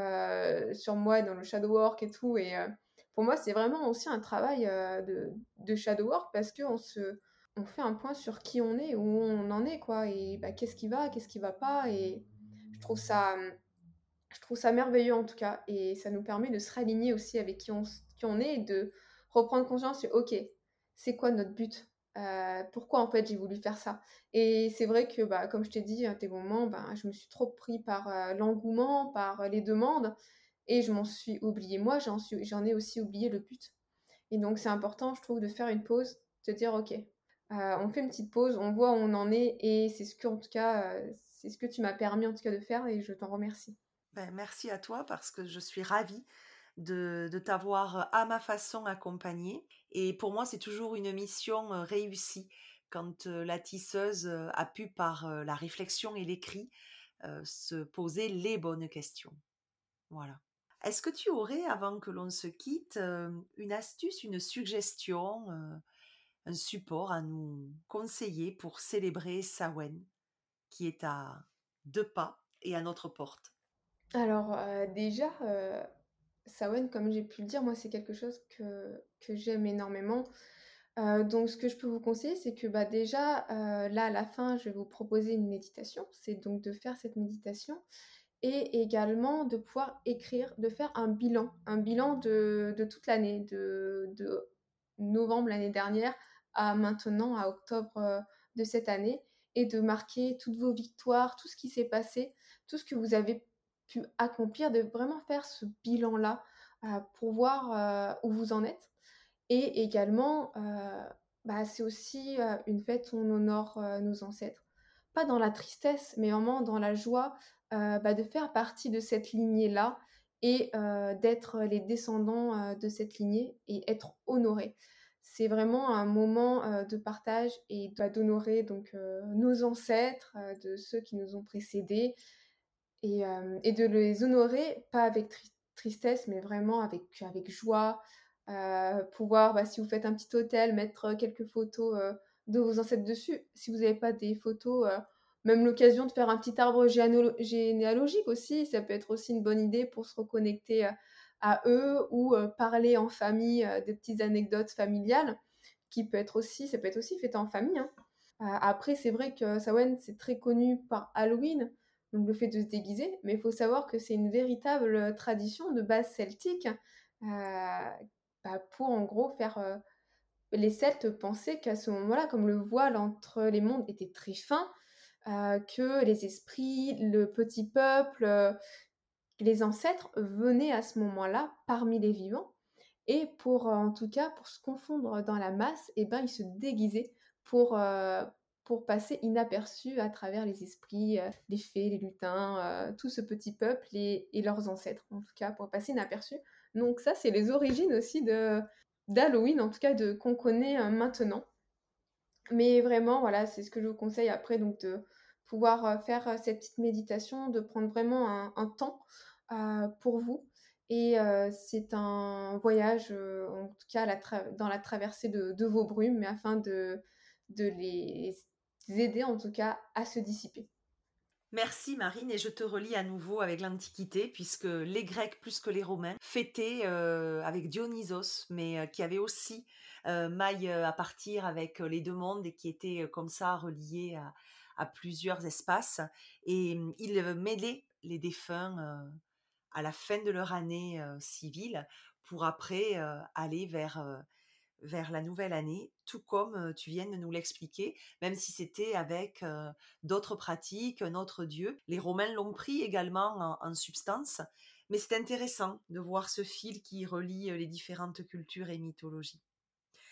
heu, sur moi dans le shadow work et tout et heu, pour moi, c'est vraiment aussi un travail, heu, de de shadow work parce qu'on se on fait un point sur qui on est, où on en est quoi et bah, qu'est-ce qui va, qu'est-ce qui va pas et je trouve ça, mmh, je trouve ça merveilleux en tout cas et ça nous permet de se réaligner aussi avec qui on s qui on est et de reprendre conscience et OK, c'est quoi notre but? Heu, pourquoi en fait j'ai voulu faire ça? Et c'est vrai que, bah, comme je t'ai dit à des moments, ben, je me suis trop pris par, heu, l'engouement, par, heu, les demandes et je m'en suis oubliée moi, j'en suis j'en ai aussi oublié le but. Et donc c'est important je trouve de faire une pause, de dire: «OK, heu, on fait une petite pause, on voit où on en est» et c'est ce que en tout cas, heu, c'est ce que tu m'as permis en tout cas de faire et je t'en remercie. Ben, merci à toi parce que je suis ravie de, de t'avoir à ma façon accompagnée. Et pour moi, c'est toujours une mission euh, réussie quand euh, la tisseuse euh, a pu, par euh, la réflexion et l'écrit, euh, se poser les bonnes questions. Voilà. Est-ce que tu aurais, avant que l'on se quitte, euh, une astuce, une suggestion, euh, un support à nous conseiller pour célébrer Samhain, qui est à deux pas et à notre porte? Alors, heu, déjà, heu, Samhain comme j'ai pu le dire, moi c'est quelque chose que que j'aime énormément. Heu, donc ce que je peux vous conseiller, c'est que, bah, déjà, heu, là à la fin, je vais vous proposer une méditation. C'est donc de faire cette méditation et également de pouvoir écrire, de faire un bilan, un bilan de de toute l'année, de de novembre l'année dernière à maintenant, à octobre, heu, de cette année et de marquer toutes vos victoires, tout ce qui s'est passé, tout ce que vous avez pu accomplir, de vraiment faire ce bilan-là, heu, pour voir, heu, où vous en êtes et également, heu, bah, c'est aussi, heu, une fête où on honore, heu, nos ancêtres. Pas dans la tristesse, mais vraiment dans la joie, heu, bah, de faire partie de cette lignée-là et heu, d'être les descendants, heu, de cette lignée et être honorés. C'est vraiment un moment, heu, de partage et bah, d'honorer donc heu, nos ancêtres, heu, de ceux qui nous ont précédés et hem et de les honorer, pas avec tris tristesse, mais vraiment avec avec joie, heu, pouvoir, bah, si vous faites un petit autel, mettre, quelques photos, heu, de vos ancêtres dessus. Si vous avez pas des photos, heu, même l'occasion de faire un petit arbre géanolo généalogique aussi, ça peut être aussi une bonne idée pour se reconnecter, heu, à eux ou, heu, parler en famille, heu, des petites anecdotes familiales qui peut être aussi ça peut être aussi fêté en famille, hein. Heu, après, c'est vrai que Samhain, c'est très connu par Halloween, donc le fait de se déguiser, mais il faut savoir que c'est une véritable, heu, tradition de base celtique, heu, bah, pour en gros faire, heu les Celtes pensaient qu'à ce moment-là, comme le voile entre les mondes était très fin, heu, que les esprits, le petit peuple, heu, les ancêtres venaient à ce moment-là parmi les vivants et pour, heu, en tout cas, pour se confondre dans la masse et ben, ils se déguisaient pour, heu, pour passer inaperçus à travers les esprits, heu, les fées, les lutins, heu, tout ce petit peuple et et leurs ancêtres, en tout cas, pour passer inaperçus. Donc ça, c'est les origines aussi de d'Halloween, en tout cas de qu'on connaît, heu, maintenant. Mais vraiment, voilà, c'est ce que je vous conseille après, donc de pouvoir, heu, faire, heu, cette petite méditation, de prendre vraiment un un temps, heu, pour vous et heu, c'est un voyage, heu, en tout cas à la tra dans la traversée de de vos brumes, mais afin de de les aider en tout cas à se dissiper. Merci Marine, et je te relie à nouveau avec l'Antiquité, puisque les Grecs plus que les Romains fêtaient euh, avec Dionysos, mais euh, qui avait aussi euh, maille euh, à partir avec euh, les deux mondes et qui était euh, comme ça relié à, à plusieurs espaces. Et euh, ils euh, mêlaient les défunts euh, à la fin de leur année euh, civile pour après euh, aller vers euh, vers la nouvelle année, tout comme euh, tu viens de nous l'expliquer, même si c'était avec euh, d'autres pratiques, un autre dieu. Les Romains l'ont pris également en, en substance, mais c'est intéressant de voir ce fil qui relie euh, les différentes cultures et mythologies.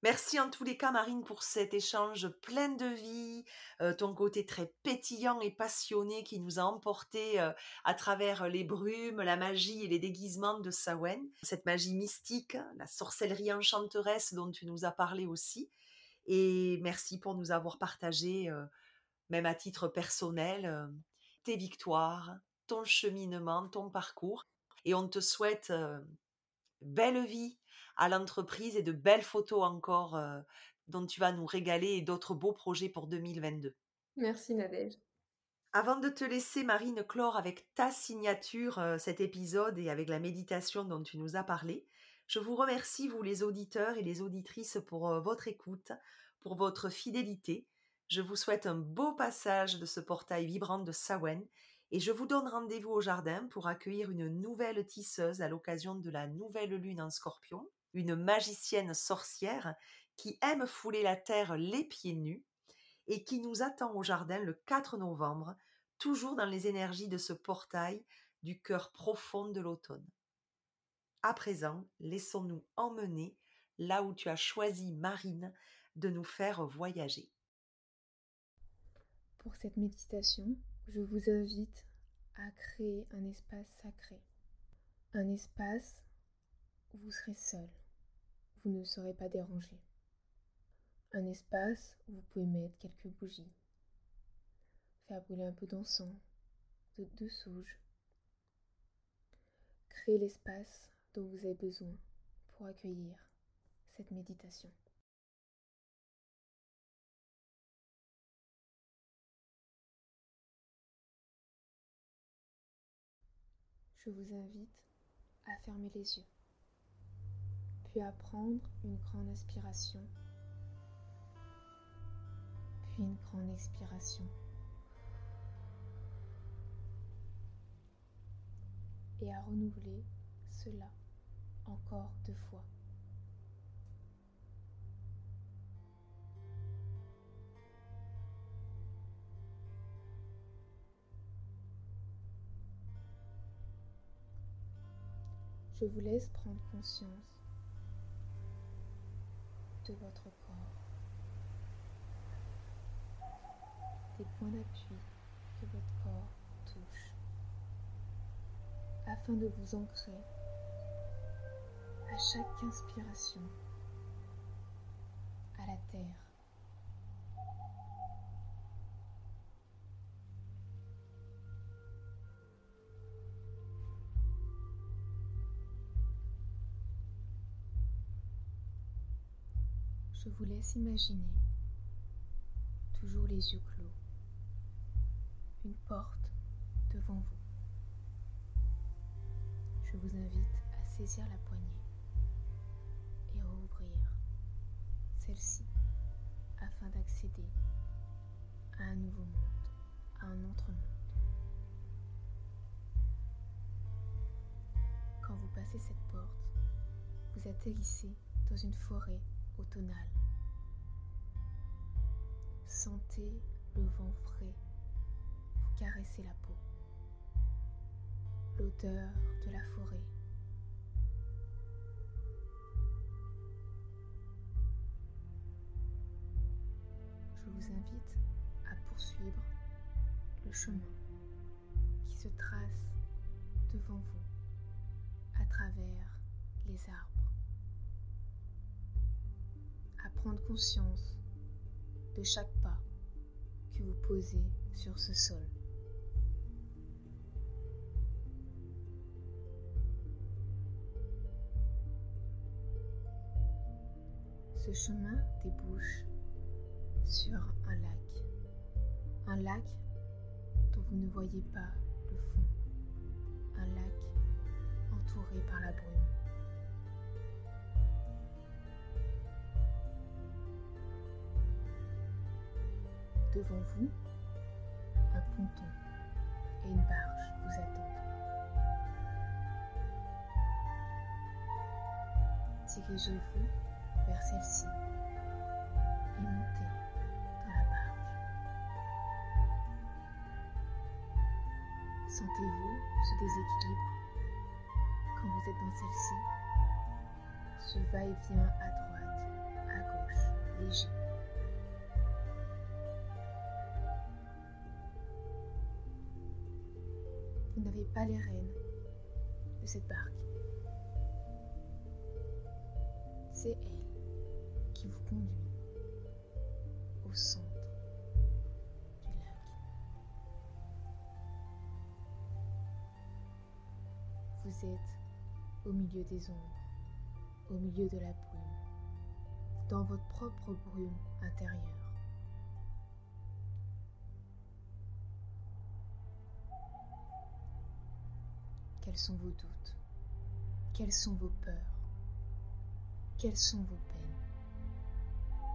Merci en tous les cas, Marine, pour cet échange plein de vie, euh, ton côté très pétillant et passionné qui nous a emportés euh, à travers les brumes, la magie et les déguisements de Samhain. Cette magie mystique, la sorcellerie enchanteresse dont tu nous as parlé aussi. Et merci pour nous avoir partagé, euh, même à titre personnel, euh, tes victoires, ton cheminement, ton parcours. Et on te souhaite euh, belle vie à l'entreprise et de belles photos encore euh, dont tu vas nous régaler et d'autres beaux projets pour deux mille vingt-deux. Merci Nadège. Avant de te laisser, Marine, clore avec ta signature euh, cet épisode et avec la méditation dont tu nous as parlé, je vous remercie, vous les auditeurs et les auditrices, pour euh, votre écoute, pour votre fidélité. Je vous souhaite un beau passage de ce portail vibrant de Samhain et je vous donne rendez-vous au jardin pour accueillir une nouvelle tisseuse à l'occasion de la nouvelle lune en Scorpion, une magicienne sorcière qui aime fouler la terre les pieds nus et qui nous attend au jardin le quatre novembre, toujours dans les énergies de ce portail du cœur profond de l'automne. À présent, laissons-nous emmener là où tu as choisi, Marine, de nous faire voyager. Pour cette méditation, je vous invite à créer un espace sacré. Un espace où vous serez seul, vous ne serez pas dérangé. Un espace où vous pouvez mettre quelques bougies, faire brûler un peu d'encens, de, de sauge. Créez l'espace dont vous avez besoin pour accueillir cette méditation. Je vous invite à fermer les yeux, puis à prendre une grande inspiration, puis une grande expiration. Et à renouveler cela encore deux fois. Je vous laisse prendre conscience de votre corps, des points d'appui que votre corps touche, afin de vous ancrer à chaque inspiration à la terre. Je vous laisse imaginer, toujours les yeux clos, une porte devant vous. Je vous invite à saisir la poignée et à ouvrir celle-ci afin d'accéder à un nouveau monde, à un autre monde. Quand vous passez cette porte, vous atterrissez dans une forêt automnale. Sentez le vent frais vous caresser la peau, l'odeur de la forêt. Je vous invite à poursuivre le chemin qui se trace devant vous à travers les arbres. À prendre conscience de chaque pas que vous posez sur ce sol. Ce chemin débouche sur un lac. Un lac dont vous ne voyez pas le fond. Un lac entouré par la brume. Devant vous, un ponton et une barge vous attendent. Dirigez-vous vers celle-ci et montez dans la barge. Sentez-vous ce déséquilibre quand vous êtes dans celle-ci, ce va-et-vient à droite, à gauche. léger. Vous n'avez pas les rênes de cette barque. C'est elle qui vous conduit au centre du lac. Vous êtes au milieu des ombres, au milieu de la brume, dans votre propre brume intérieure. Quels sont vos doutes? Quelles sont vos peurs? Quelles sont vos peines?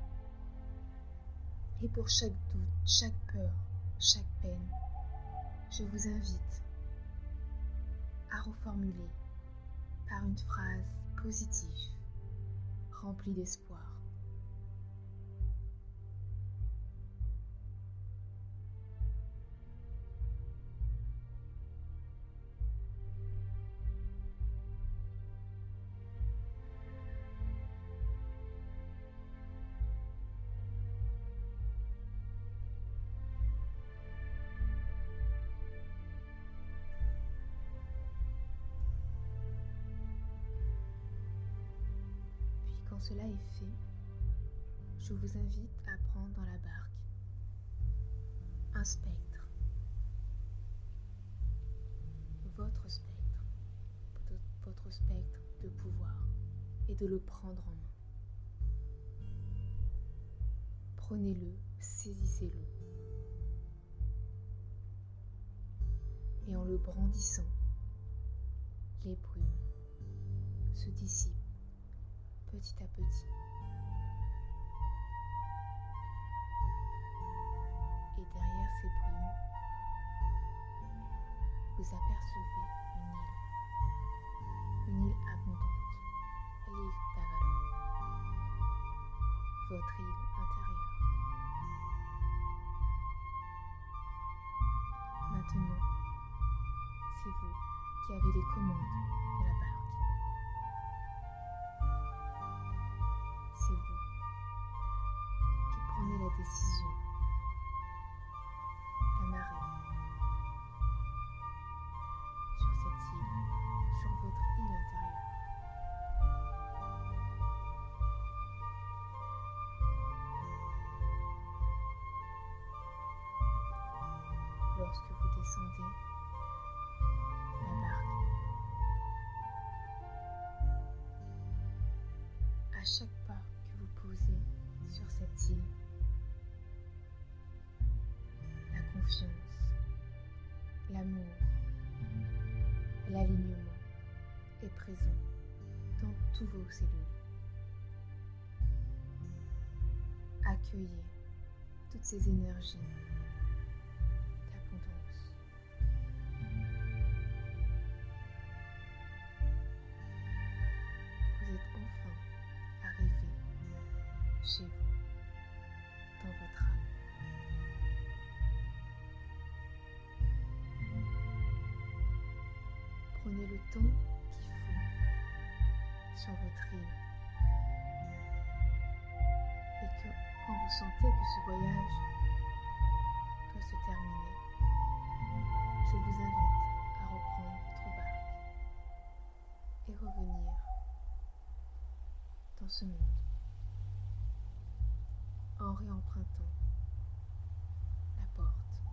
Et pour chaque doute, chaque peur, chaque peine, je vous invite à reformuler par une phrase positive, remplie d'espoir. Quand cela est fait, je vous invite à prendre dans la barque un spectre, votre spectre, votre spectre de pouvoir, et de le prendre en main. Prenez-le, saisissez-le, et en le brandissant, les brumes se dissipent petit à petit. Et derrière ces brumes, vous apercevez une île, une île abondante, l'île d'Avalon, votre île intérieure. Maintenant, c'est vous qui avez les commandes de la barque. C'est vous qui prenez la décision d'amarrer sur cette île, sur votre île intérieure. Lorsque vous descendez la barque, à chaque pas que vous posez sur cette île, la confiance, l'amour, l'alignement est présent dans tous vos cellules. Accueillez toutes ces énergies d'abondance. Vous êtes enfin arrivé chez vous, dans votre âme. Prenez le temps qu'il faut sur votre île. Et que quand vous sentez que ce voyage doit se terminer, je vous invite à reprendre votre barque et revenir dans ce monde en réempruntant la porte.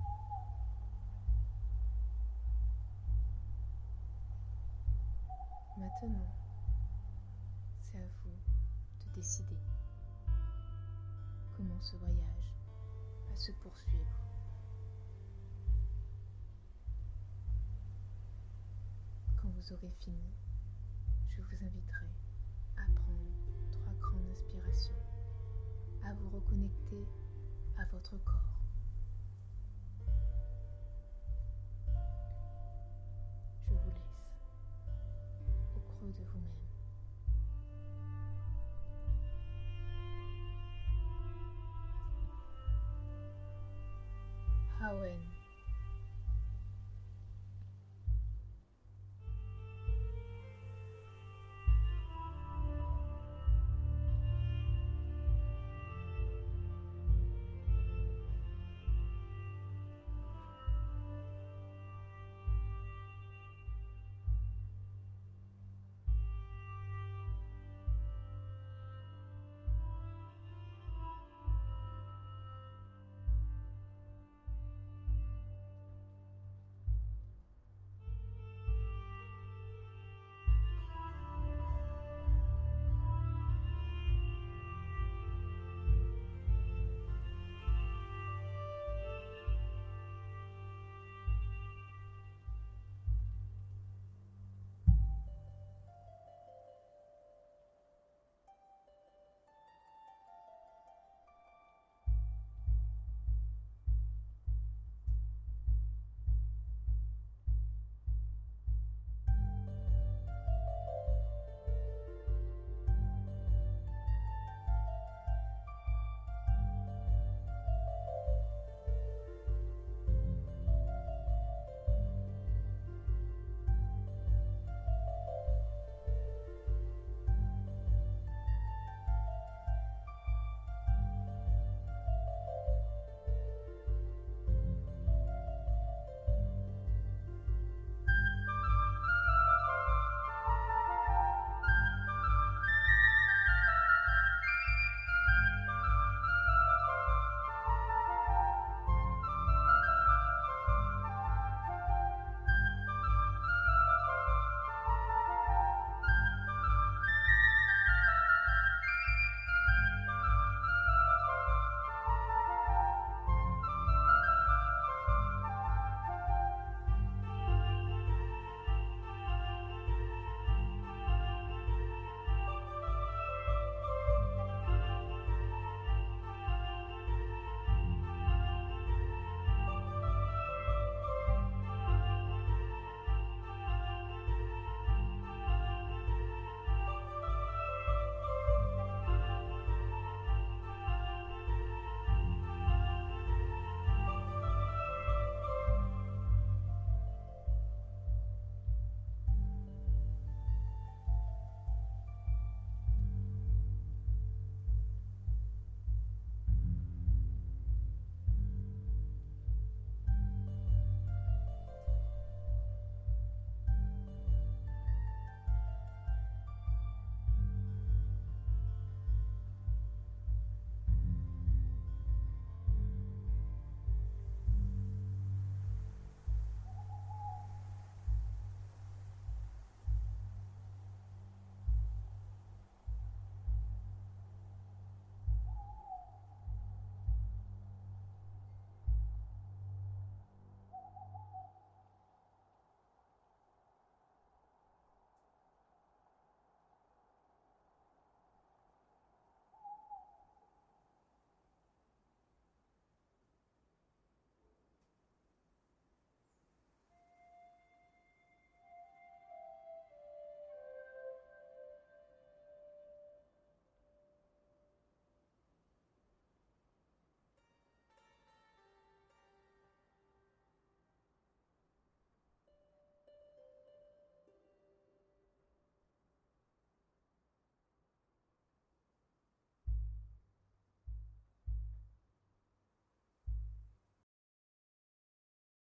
Maintenant, c'est à vous de décider comment ce voyage va se poursuivre. Quand vous aurez fini, je vous inviterai à prendre trois grandes inspirations, à vous reconnecter à votre corps. Je vous laisse au creux de vous-même. Hawen.